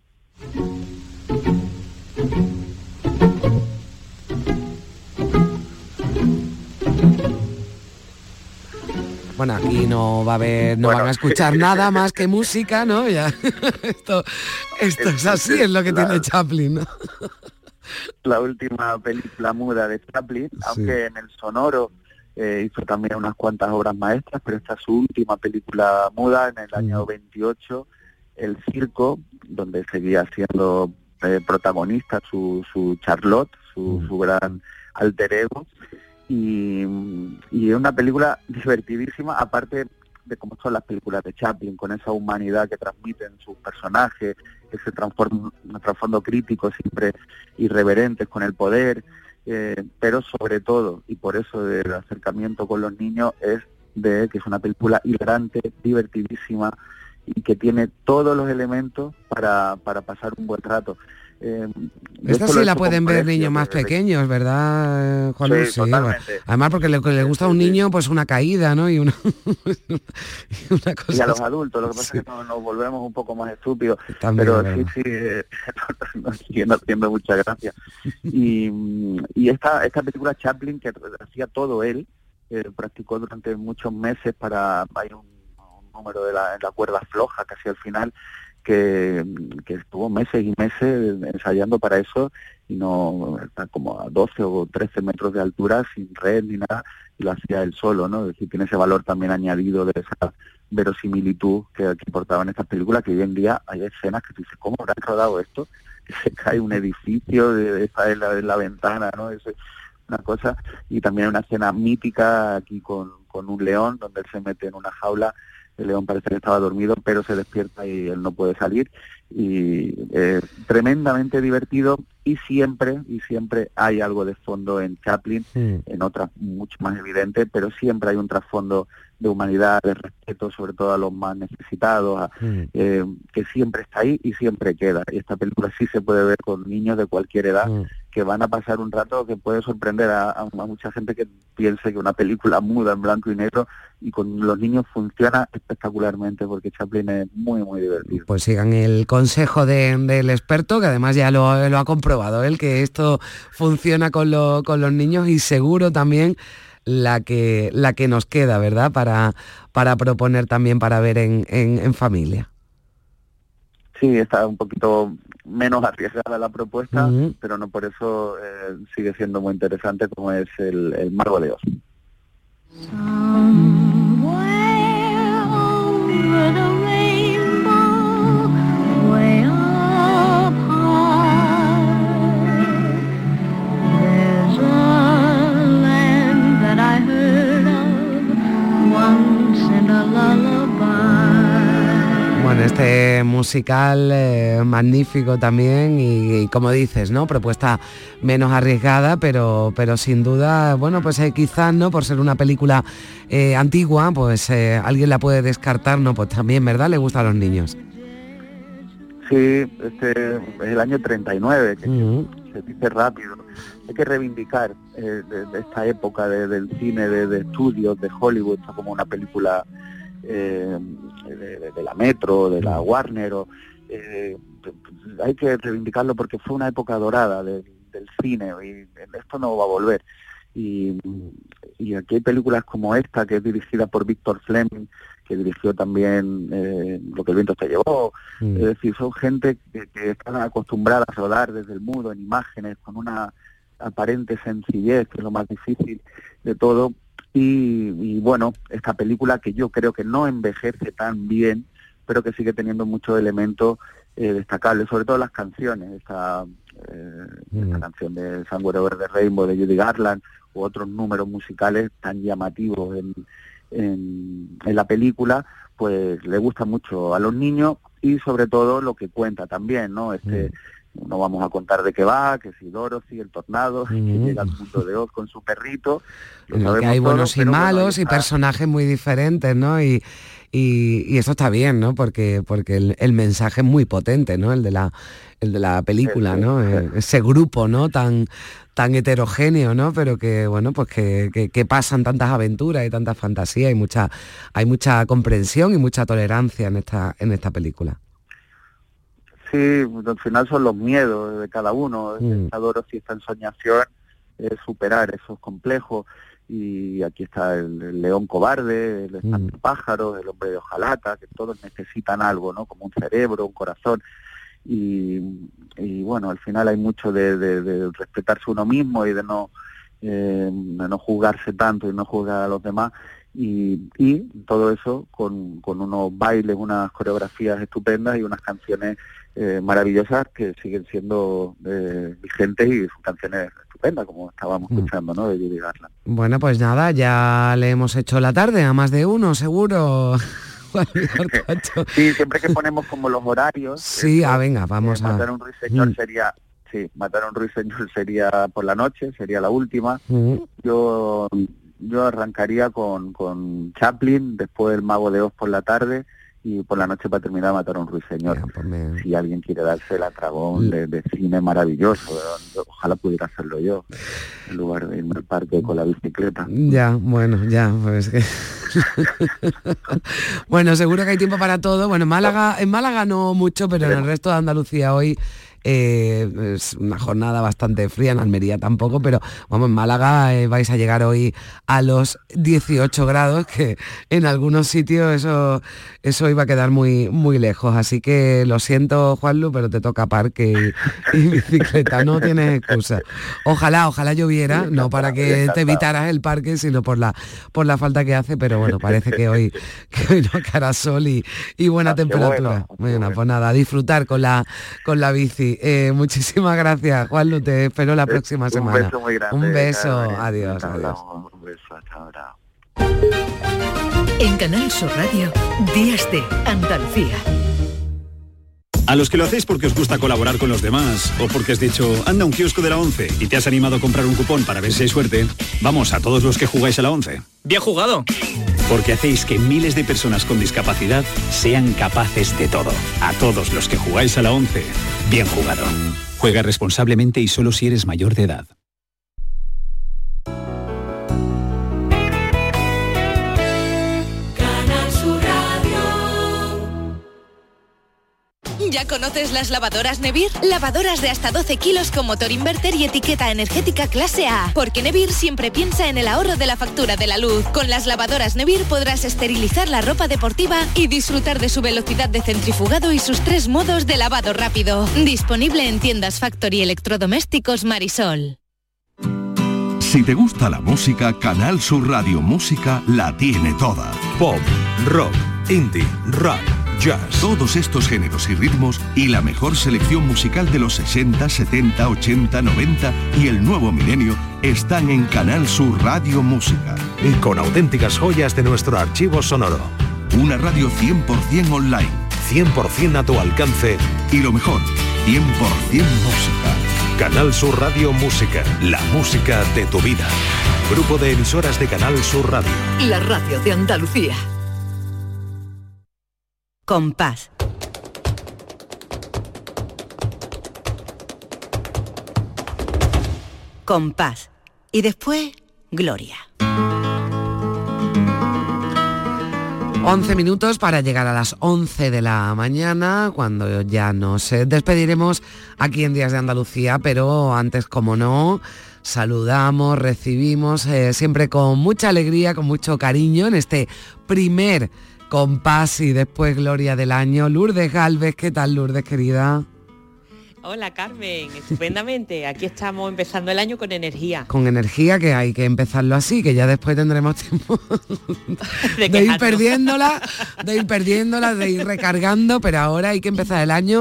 Bueno, aquí no va a haber, van a escuchar nada más que música, ¿no? Ya esto es así, es lo que tiene Chaplin, ¿no? La última película muda de Chaplin, aunque en el sonoro hizo también unas cuantas obras maestras, pero esta es su última película muda en el año 28, El circo, donde seguía siendo protagonista su Charlotte, su gran alter ego, y es una película divertidísima, aparte de cómo son las películas de Chaplin, con esa humanidad que transmiten sus personajes, ese trasfondo crítico siempre irreverentes con el poder, pero sobre todo, y por eso el acercamiento con los niños es que es una película hilarante, divertidísima y que tiene todos los elementos para pasar un buen rato. Esta sí la pueden ver niños más pequeños, ¿verdad, Juan Luis? Sí, además porque le gusta a un niño pues una caída, ¿no? Y una cosa. Y a los adultos, lo que pasa es que nos volvemos un poco más estúpidos, también, pero nos siguen haciendo mucha gracia. Y esta película Chaplin, que hacía todo él, practicó durante muchos meses hay un número en la cuerda floja casi al final, que estuvo meses y meses ensayando para eso y no está como a 12 o 13 metros de altura sin red ni nada, y lo hacía él solo, ¿no? Es decir, tiene ese valor también añadido de esa verosimilitud que importaban estas películas, que hoy en día hay escenas que tú dices, ¿cómo habrán rodado esto? Que se cae un edificio está en la ventana, ¿no? Es una cosa. Y también hay una escena mítica aquí con un león, donde él se mete en una jaula. El león parece que estaba dormido, pero se despierta y él no puede salir. Y tremendamente divertido, y siempre hay algo de fondo en Chaplin, en otras mucho más evidente, pero siempre hay un trasfondo de humanidad, de respeto, sobre todo a los más necesitados, que siempre está ahí y siempre queda. Y esta película sí se puede ver con niños de cualquier edad, que van a pasar un rato que puede sorprender a mucha gente que piense que una película muda en blanco y negro, y con los niños funciona espectacularmente, porque Chaplin es muy, muy divertido. Pues sigan el consejo del experto, que además ya lo ha comprobado él, que esto funciona con los niños, y seguro también la que nos queda, ¿verdad? Para proponer también para ver en familia. Sí, está un poquito menos arriesgada la propuesta, pero no por eso sigue siendo muy interesante, como es el Mago de Oz. Bueno, este musical magnífico también y como dices, ¿no? Propuesta menos arriesgada, pero sin duda, bueno, pues quizás, ¿no? Por ser una película antigua, pues alguien la puede descartar, ¿no? Pues también, ¿verdad? Le gusta a los niños. Sí, este es el año 39, que se dice rápido. Hay que reivindicar de esta época del cine, de estudios, de Hollywood, como una película de la Metro, de la Warner, hay que reivindicarlo porque fue una época dorada del cine, y esto no va a volver. Y aquí hay películas como esta, que es dirigida por Victor Fleming, que dirigió también Lo que el viento te llevó. Es decir, son gente que están acostumbradas a rodar desde el mudo en imágenes, con una aparente sencillez, que es lo más difícil de todo. Y bueno, esta película, que yo creo que no envejece tan bien, pero que sigue teniendo muchos elementos destacables, sobre todo las canciones, esta canción de Somewhere Over the Rainbow de Judy Garland, u otros números musicales tan llamativos en la película, pues le gusta mucho a los niños y sobre todo lo que cuenta también, ¿no? No vamos a contar de qué va, que si Dorothy, el tornado, que llega al mundo de Oz con su perrito. En el que hay buenos y malos y personajes muy diferentes, ¿no? Y eso está bien, ¿no? Porque el mensaje es muy potente, ¿no? El de la película, ¿no? Ese grupo, ¿no? Tan heterogéneo, ¿no? Pero que, bueno, pues que pasan tantas aventuras y tantas fantasías y hay mucha comprensión y mucha tolerancia en esta película. Sí, al final son los miedos de cada uno. Dorothy, esta ensoñación es superar esos complejos, y aquí está el león cobarde, el espantapájaro, el hombre de hojalata, que todos necesitan algo, ¿no? Como un cerebro, un corazón, y bueno, al final hay mucho de respetarse uno mismo y de no juzgarse tanto y no juzgar a los demás, y todo eso con unos bailes, unas coreografías estupendas y unas canciones maravillosas que siguen siendo vigentes, y son canciones estupendas, como estábamos escuchando, ¿no? De Judy Garland. Bueno, pues nada, ya le hemos hecho la tarde a más de uno, seguro. Sí, siempre que ponemos como los horarios. Sí, venga, vamos a... Matar un ruiseñor sería... Sí, Matar un ruiseñor sería por la noche, sería la última. Yo arrancaría con Chaplin, después El Mago de Oz por la tarde, y por la noche para terminar Matar a un ruiseñor. Si alguien quiere darse el atragón de cine maravilloso, ojalá pudiera hacerlo yo, en lugar de irme al parque con la bicicleta. Ya, bueno, pues que... Bueno, seguro que hay tiempo para todo. Bueno, en Málaga no mucho, pero en el resto de Andalucía hoy es una jornada bastante fría, en Almería tampoco, pero vamos, en Málaga vais a llegar hoy a los 18 grados, que en algunos sitios eso iba a quedar muy, muy lejos, así que lo siento, Juanlu, pero te toca parque y bicicleta, no tienes excusa. Ojalá lloviera, no para que te evitaras el parque, sino por la falta que hace, pero bueno, parece que hoy no hará sol y buena temperatura. Bueno, pues nada, a disfrutar con la bici. Muchísimas gracias, Juanlu, te espero la próxima semana. Un beso muy grande. Un beso, adiós. Un beso, hasta ahora. En Canal Sur Radio, Días de Andalucía. A los que lo hacéis porque os gusta colaborar con los demás, o porque has dicho, anda un kiosco de la 11 y te has animado a comprar un cupón para ver si hay suerte, vamos, a todos los que jugáis a la 11. ¡Bien jugado! Porque hacéis que miles de personas con discapacidad sean capaces de todo. A todos los que jugáis a la 11, bien jugado. Juega responsablemente y solo si eres mayor de edad. ¿Ya conoces las lavadoras Nevir? Lavadoras de hasta 12 kilos con motor inverter y etiqueta energética clase A. Porque Nevir siempre piensa en el ahorro de la factura de la luz. Con las lavadoras Nevir podrás esterilizar la ropa deportiva y disfrutar de su velocidad de centrifugado y sus 3 modos de lavado rápido. Disponible en tiendas Factory Electrodomésticos Marisol. Si te gusta la música, Canal Sur Radio Música la tiene toda. Pop, rock, indie, rap, jazz. Todos estos géneros y ritmos y la mejor selección musical de los 60, 70, 80, 90 y el nuevo milenio están en Canal Sur Radio Música. Y con auténticas joyas de nuestro archivo sonoro. Una radio 100% online. 100% a tu alcance. Y lo mejor, 100% música. Canal Sur Radio Música, la música de tu vida. Grupo de emisoras de Canal Sur Radio. La radio de Andalucía. Compás. Compás. Y después, Gloria. 11 minutos para llegar a las 11 de la mañana, cuando ya nos despediremos aquí en Días de Andalucía, pero antes, como no, saludamos, recibimos siempre con mucha alegría, con mucho cariño en este primer Compás y después Gloria del año, Lourdes Gálvez. ¿Qué tal, Lourdes, querida? Hola, Carmen, estupendamente. Aquí estamos empezando el año con energía. Con energía, que hay que empezarlo así, que ya después tendremos tiempo de ir perdiéndola, de ir recargando, pero ahora hay que empezar el año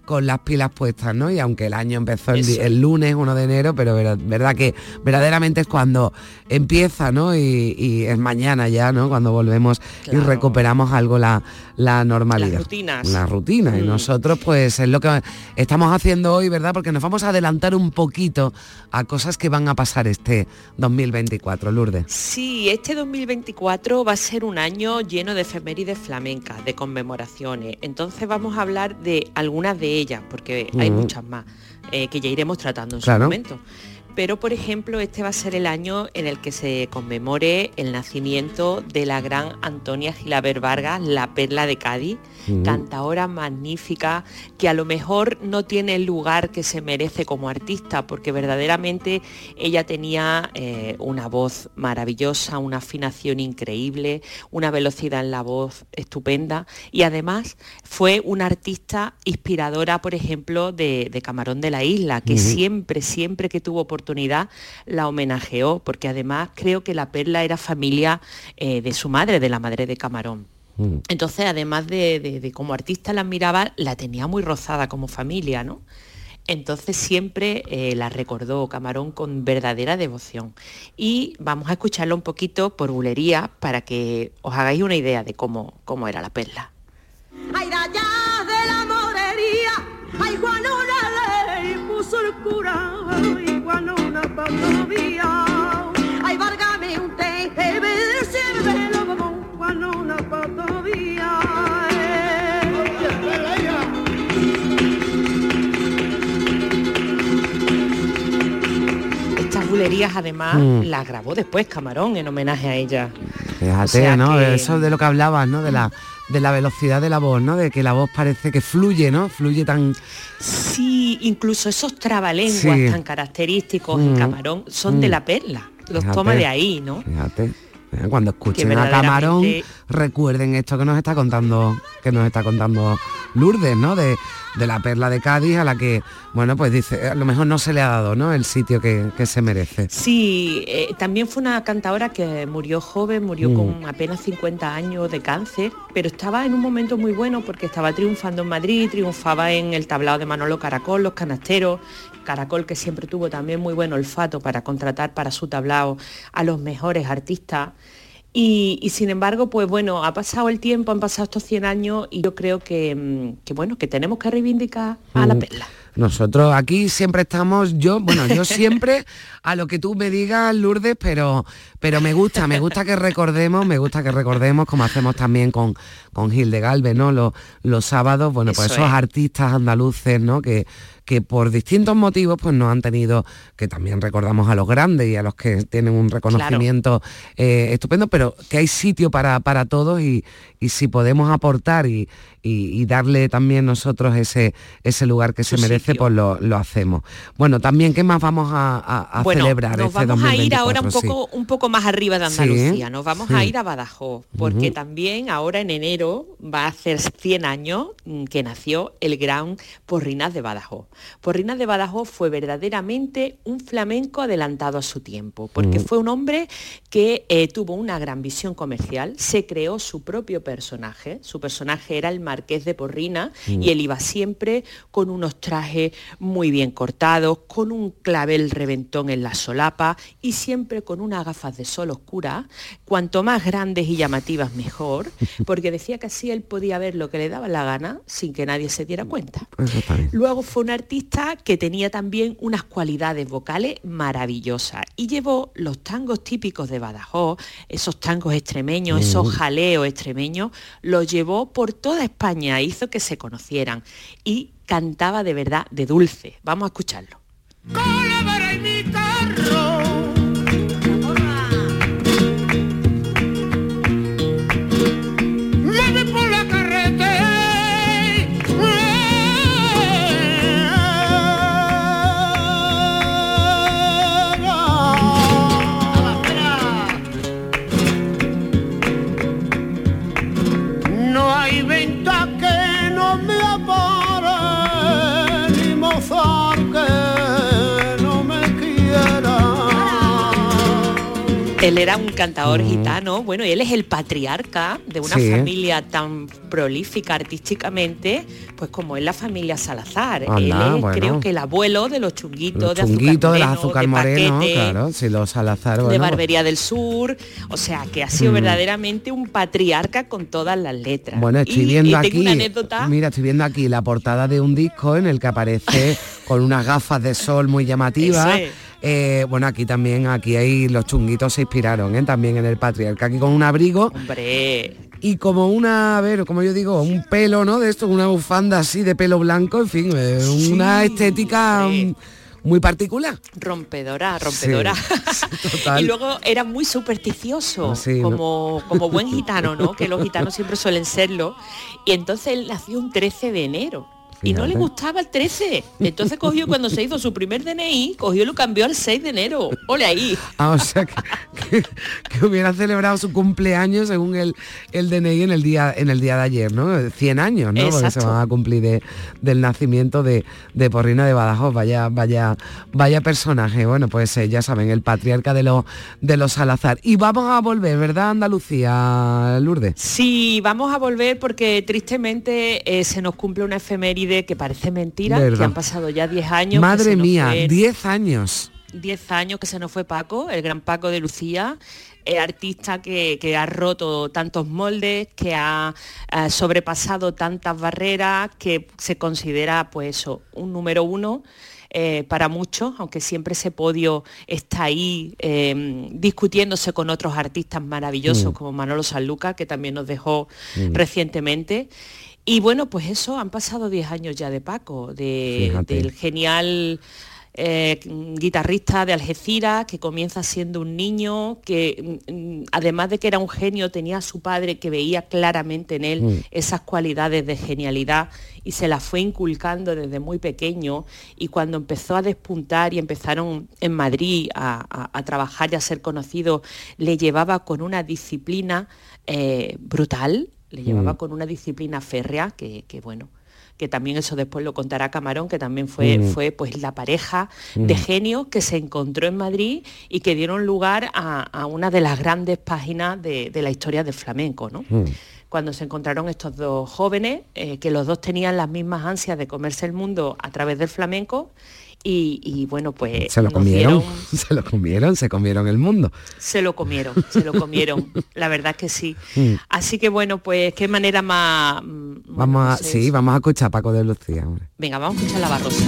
con las pilas puestas, ¿no? Y aunque el año empezó el lunes 1 de enero, pero verdad que verdaderamente es cuando empieza, ¿no? Y es mañana ya, ¿no? Cuando volvemos y recuperamos algo la normalidad. Las rutinas. Y nosotros pues es lo que estamos haciendo hoy, ¿verdad? Porque nos vamos a adelantar un poquito a cosas que van a pasar este 2024, Lourdes. Sí, este 2024 va a ser un año lleno de efemérides flamencas, de conmemoraciones. Entonces vamos a hablar de algunas de ellas, porque hay muchas más que ya iremos tratando en su momento. Pero, por ejemplo, este va a ser el año en el que se conmemore el nacimiento de la gran Antonia Gilabert Vargas, la Perla de Cádiz, cantaora magnífica, que a lo mejor no tiene el lugar que se merece como artista, porque verdaderamente ella tenía una voz maravillosa, una afinación increíble, una velocidad en la voz estupenda, y además fue una artista inspiradora, por ejemplo, de Camarón de la Isla, que siempre que tuvo oportunidad la homenajeó, porque además creo que la Perla era familia de su madre, de la madre de Camarón. Entonces, además de como artista la admiraba, la tenía muy rozada como familia, ¿no? Entonces siempre la recordó Camarón con verdadera devoción. Y vamos a escucharlo un poquito por bulería para que os hagáis una idea de cómo era la Perla. Ay, de allá de la morería, ay, Juanona le puso el cura, ay, Juanona pa' todavía, ay, válgame un teje, de sirve lo vamos, Juanona pa' todavía. Estas bulerías además las grabó después Camarón en homenaje a ella. Fíjate, o sea, ¿no? Eso de lo que hablabas, ¿no? De la velocidad de la voz, ¿no? De que la voz parece que fluye, ¿no? Fluye tan... Sí, incluso esos trabalenguas tan característicos en Camarón son de la Perla. Los toma de ahí, ¿no? Fíjate. Cuando escuchen a Camarón, recuerden esto que nos está contando Lourdes, ¿no? De la Perla de Cádiz, a la que, bueno, pues dice, a lo mejor no se le ha dado, ¿no? El sitio que se merece. Sí, también fue una cantadora que murió joven, murió con apenas 50 años de cáncer, pero estaba en un momento muy bueno porque estaba triunfando en Madrid, triunfaba en el tablao de Manolo Caracol, Los Canasteros, Caracol, que siempre tuvo también muy buen olfato para contratar para su tablao a los mejores artistas. Y sin embargo, pues bueno, ha pasado el tiempo, han pasado estos 100 años y yo creo que tenemos que reivindicar a la Perla. Nosotros aquí siempre estamos, yo siempre a lo que tú me digas, Lourdes, pero me gusta que recordemos, como hacemos también con Gil de Galvez, ¿no? Los sábados, bueno, pues esos artistas andaluces, ¿no? Que por distintos motivos pues no han tenido, que también recordamos a los grandes y a los que tienen un reconocimiento estupendo, pero que hay sitio para todos y si podemos aportar y darle también nosotros ese lugar que se merece, pues lo hacemos. Bueno, también, ¿qué más vamos a celebrar este 2024? Nos vamos a ir ahora un poco más arriba de Andalucía, nos vamos a ir a Badajoz, porque también ahora en enero va a hacer 100 años que nació el gran Porrinas de Badajoz. Porrinas de Badajoz fue verdaderamente un flamenco adelantado a su tiempo, porque fue un hombre que tuvo una gran visión comercial, se creó su propio personaje, su personaje era el Marqués de Porrinas y él iba siempre con unos trajes muy bien cortados, con un clavel reventón en la solapa y siempre con unas gafas de sol oscuras, cuanto más grandes y llamativas mejor, porque decía que así él podía ver lo que le daba la gana sin que nadie se diera cuenta. Luego fue un artista que tenía también unas cualidades vocales maravillosas y llevó los tangos típicos de Badajoz, esos tangos extremeños, esos jaleos extremeños, los llevó por toda España, hizo que se conocieran y cantaba de verdad de dulce. Vamos a escucharlo. No hay venta que no me apare, ni mozar que no me quite. Él era un cantador gitano, bueno, y él es el patriarca de una familia tan prolífica artísticamente, pues como es la familia Salazar. Él es, creo que el abuelo de los chunguitos, de Azúcar Moreno, Paquete, claro, sí, los Salazar. de Barbería del Sur, o sea, que ha sido verdaderamente un patriarca con todas las letras. Bueno, estoy viendo aquí, tengo una anécdota. Mira, estoy viendo aquí la portada de un disco en el que aparece con unas gafas de sol muy llamativas. Bueno, aquí hay los chunguitos se inspiraron, también en el patriarca, aquí con un abrigo. ¡Hombre! Y como como yo digo, un pelo, ¿no? De esto, una bufanda así de pelo blanco, en fin, una estética muy particular. Rompedora. Sí, y luego era muy supersticioso, como buen gitano, ¿no? Que los gitanos siempre suelen serlo. Y entonces él nació un 13 de enero. Y no le gustaba el 13. Entonces cuando se hizo su primer DNI, y lo cambió al 6 de enero. ¡Ole ahí! O sea, que hubiera celebrado su cumpleaños según el DNI en el día de ayer, ¿no? 100 años, ¿no? Exacto. Porque se van a cumplir del nacimiento de Porrina de Badajoz. Vaya personaje. Bueno, pues ya saben, el patriarca de los Salazar. Y vamos a volver, ¿verdad, Andalucía, Lourdes? Sí, vamos a volver porque tristemente se nos cumple una efeméride que parece mentira, que han pasado ya 10 años. Madre mía, 10 años. 10 años que se nos fue Paco, el gran Paco de Lucía, artista que ha roto tantos moldes, que ha sobrepasado tantas barreras, que se considera pues eso, un número uno. Para muchos, aunque siempre ese podio está ahí discutiéndose con otros artistas maravillosos como Manolo Sanlúcar, que también nos dejó recientemente. Y bueno, pues eso, han pasado 10 años ya de Paco, del genial guitarrista de Algeciras, que comienza siendo un niño, que además de que era un genio, tenía a su padre que veía claramente en él esas cualidades de genialidad y se las fue inculcando desde muy pequeño, y cuando empezó a despuntar y empezaron en Madrid a trabajar y a ser conocido, le llevaba con una disciplina brutal. Le llevaba con una disciplina férrea que bueno, que también eso después lo contará Camarón, que también fue pues la pareja de genios que se encontró en Madrid y que dieron lugar a una de las grandes páginas de la historia del flamenco, ¿no? Cuando se encontraron estos dos jóvenes, que los dos tenían las mismas ansias de comerse el mundo a través del flamenco, y bueno, pues se comieron el mundo. Se lo comieron, la verdad que sí. Así que bueno, pues qué manera más... Vamos a escuchar a Paco de Lucía. Hombre. Venga, vamos a escuchar La Barrosa.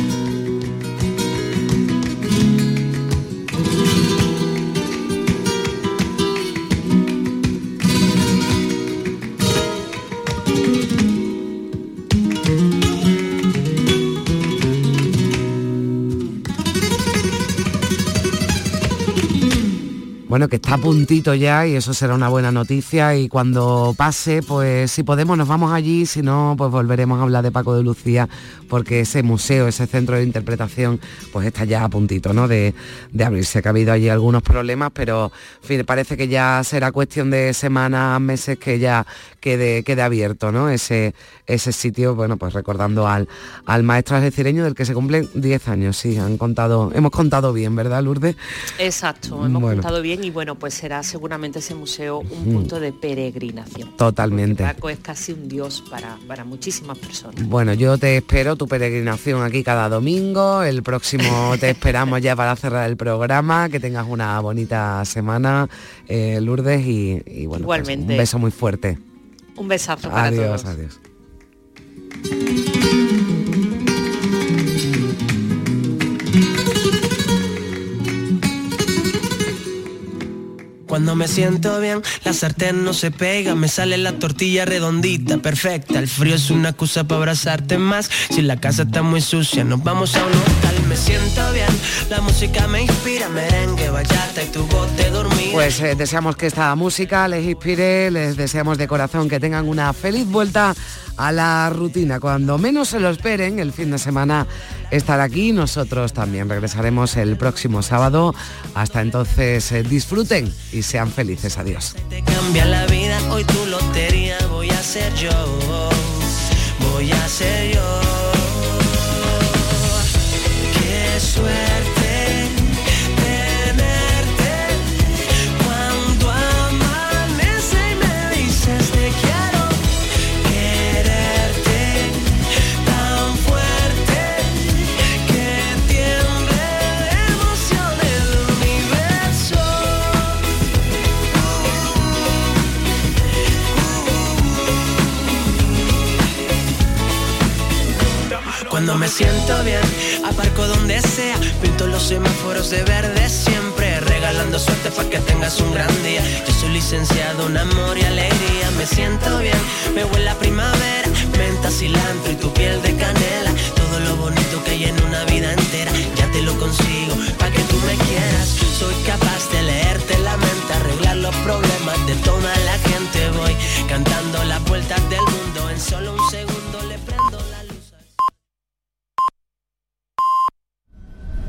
Bueno, que está a puntito ya y eso será una buena noticia, y cuando pase, pues si podemos nos vamos allí, si no, pues volveremos a hablar de Paco de Lucía, porque ese museo, ese centro de interpretación, pues está ya a puntito, ¿no? de abrirse, que ha habido allí algunos problemas, pero en fin, parece que ya será cuestión de semanas, meses que ya quede abierto, ¿no? Ese sitio, bueno, pues recordando al maestro algecireño del que se cumplen 10 años, sí, hemos contado bien, ¿verdad, Lourdes? Exacto, hemos contado bien. Y bueno, pues será seguramente ese museo un punto de peregrinación. Totalmente. Porque Paco es casi un dios para muchísimas personas. Bueno, yo te espero tu peregrinación aquí cada domingo. El próximo te esperamos ya para cerrar el programa. Que tengas una bonita semana, Lourdes, y bueno, igualmente. Pues un beso muy fuerte. Un besazo para todos. Adiós. Cuando me siento bien, la sartén no se pega, me sale la tortilla redondita, perfecta. El frío es una excusa para abrazarte más. Si la casa está muy sucia, nos vamos a un hotel. Me siento bien, la música me inspira, merengue, bachata y tu voz de dormir. Pues deseamos que esta música les inspire, les deseamos de corazón que tengan una feliz vuelta a la rutina. Cuando menos se lo esperen, el fin de semana estará aquí. Nosotros también regresaremos el próximo sábado. Hasta entonces, disfruten y sean felices. Adiós. Te cambia la vida, hoy tu lotería voy a ser yo. Voy a ser yo. Qué suerte tenerte. Cuando me siento bien, aparco donde sea, pinto los semáforos de verde siempre, regalando suerte para que tengas un gran día. Yo soy licenciado en amor y alegría. Me siento bien, me huele la primavera, menta, cilantro y tu piel de canela. Todo lo bonito que hay en una vida entera, ya te lo consigo, pa' que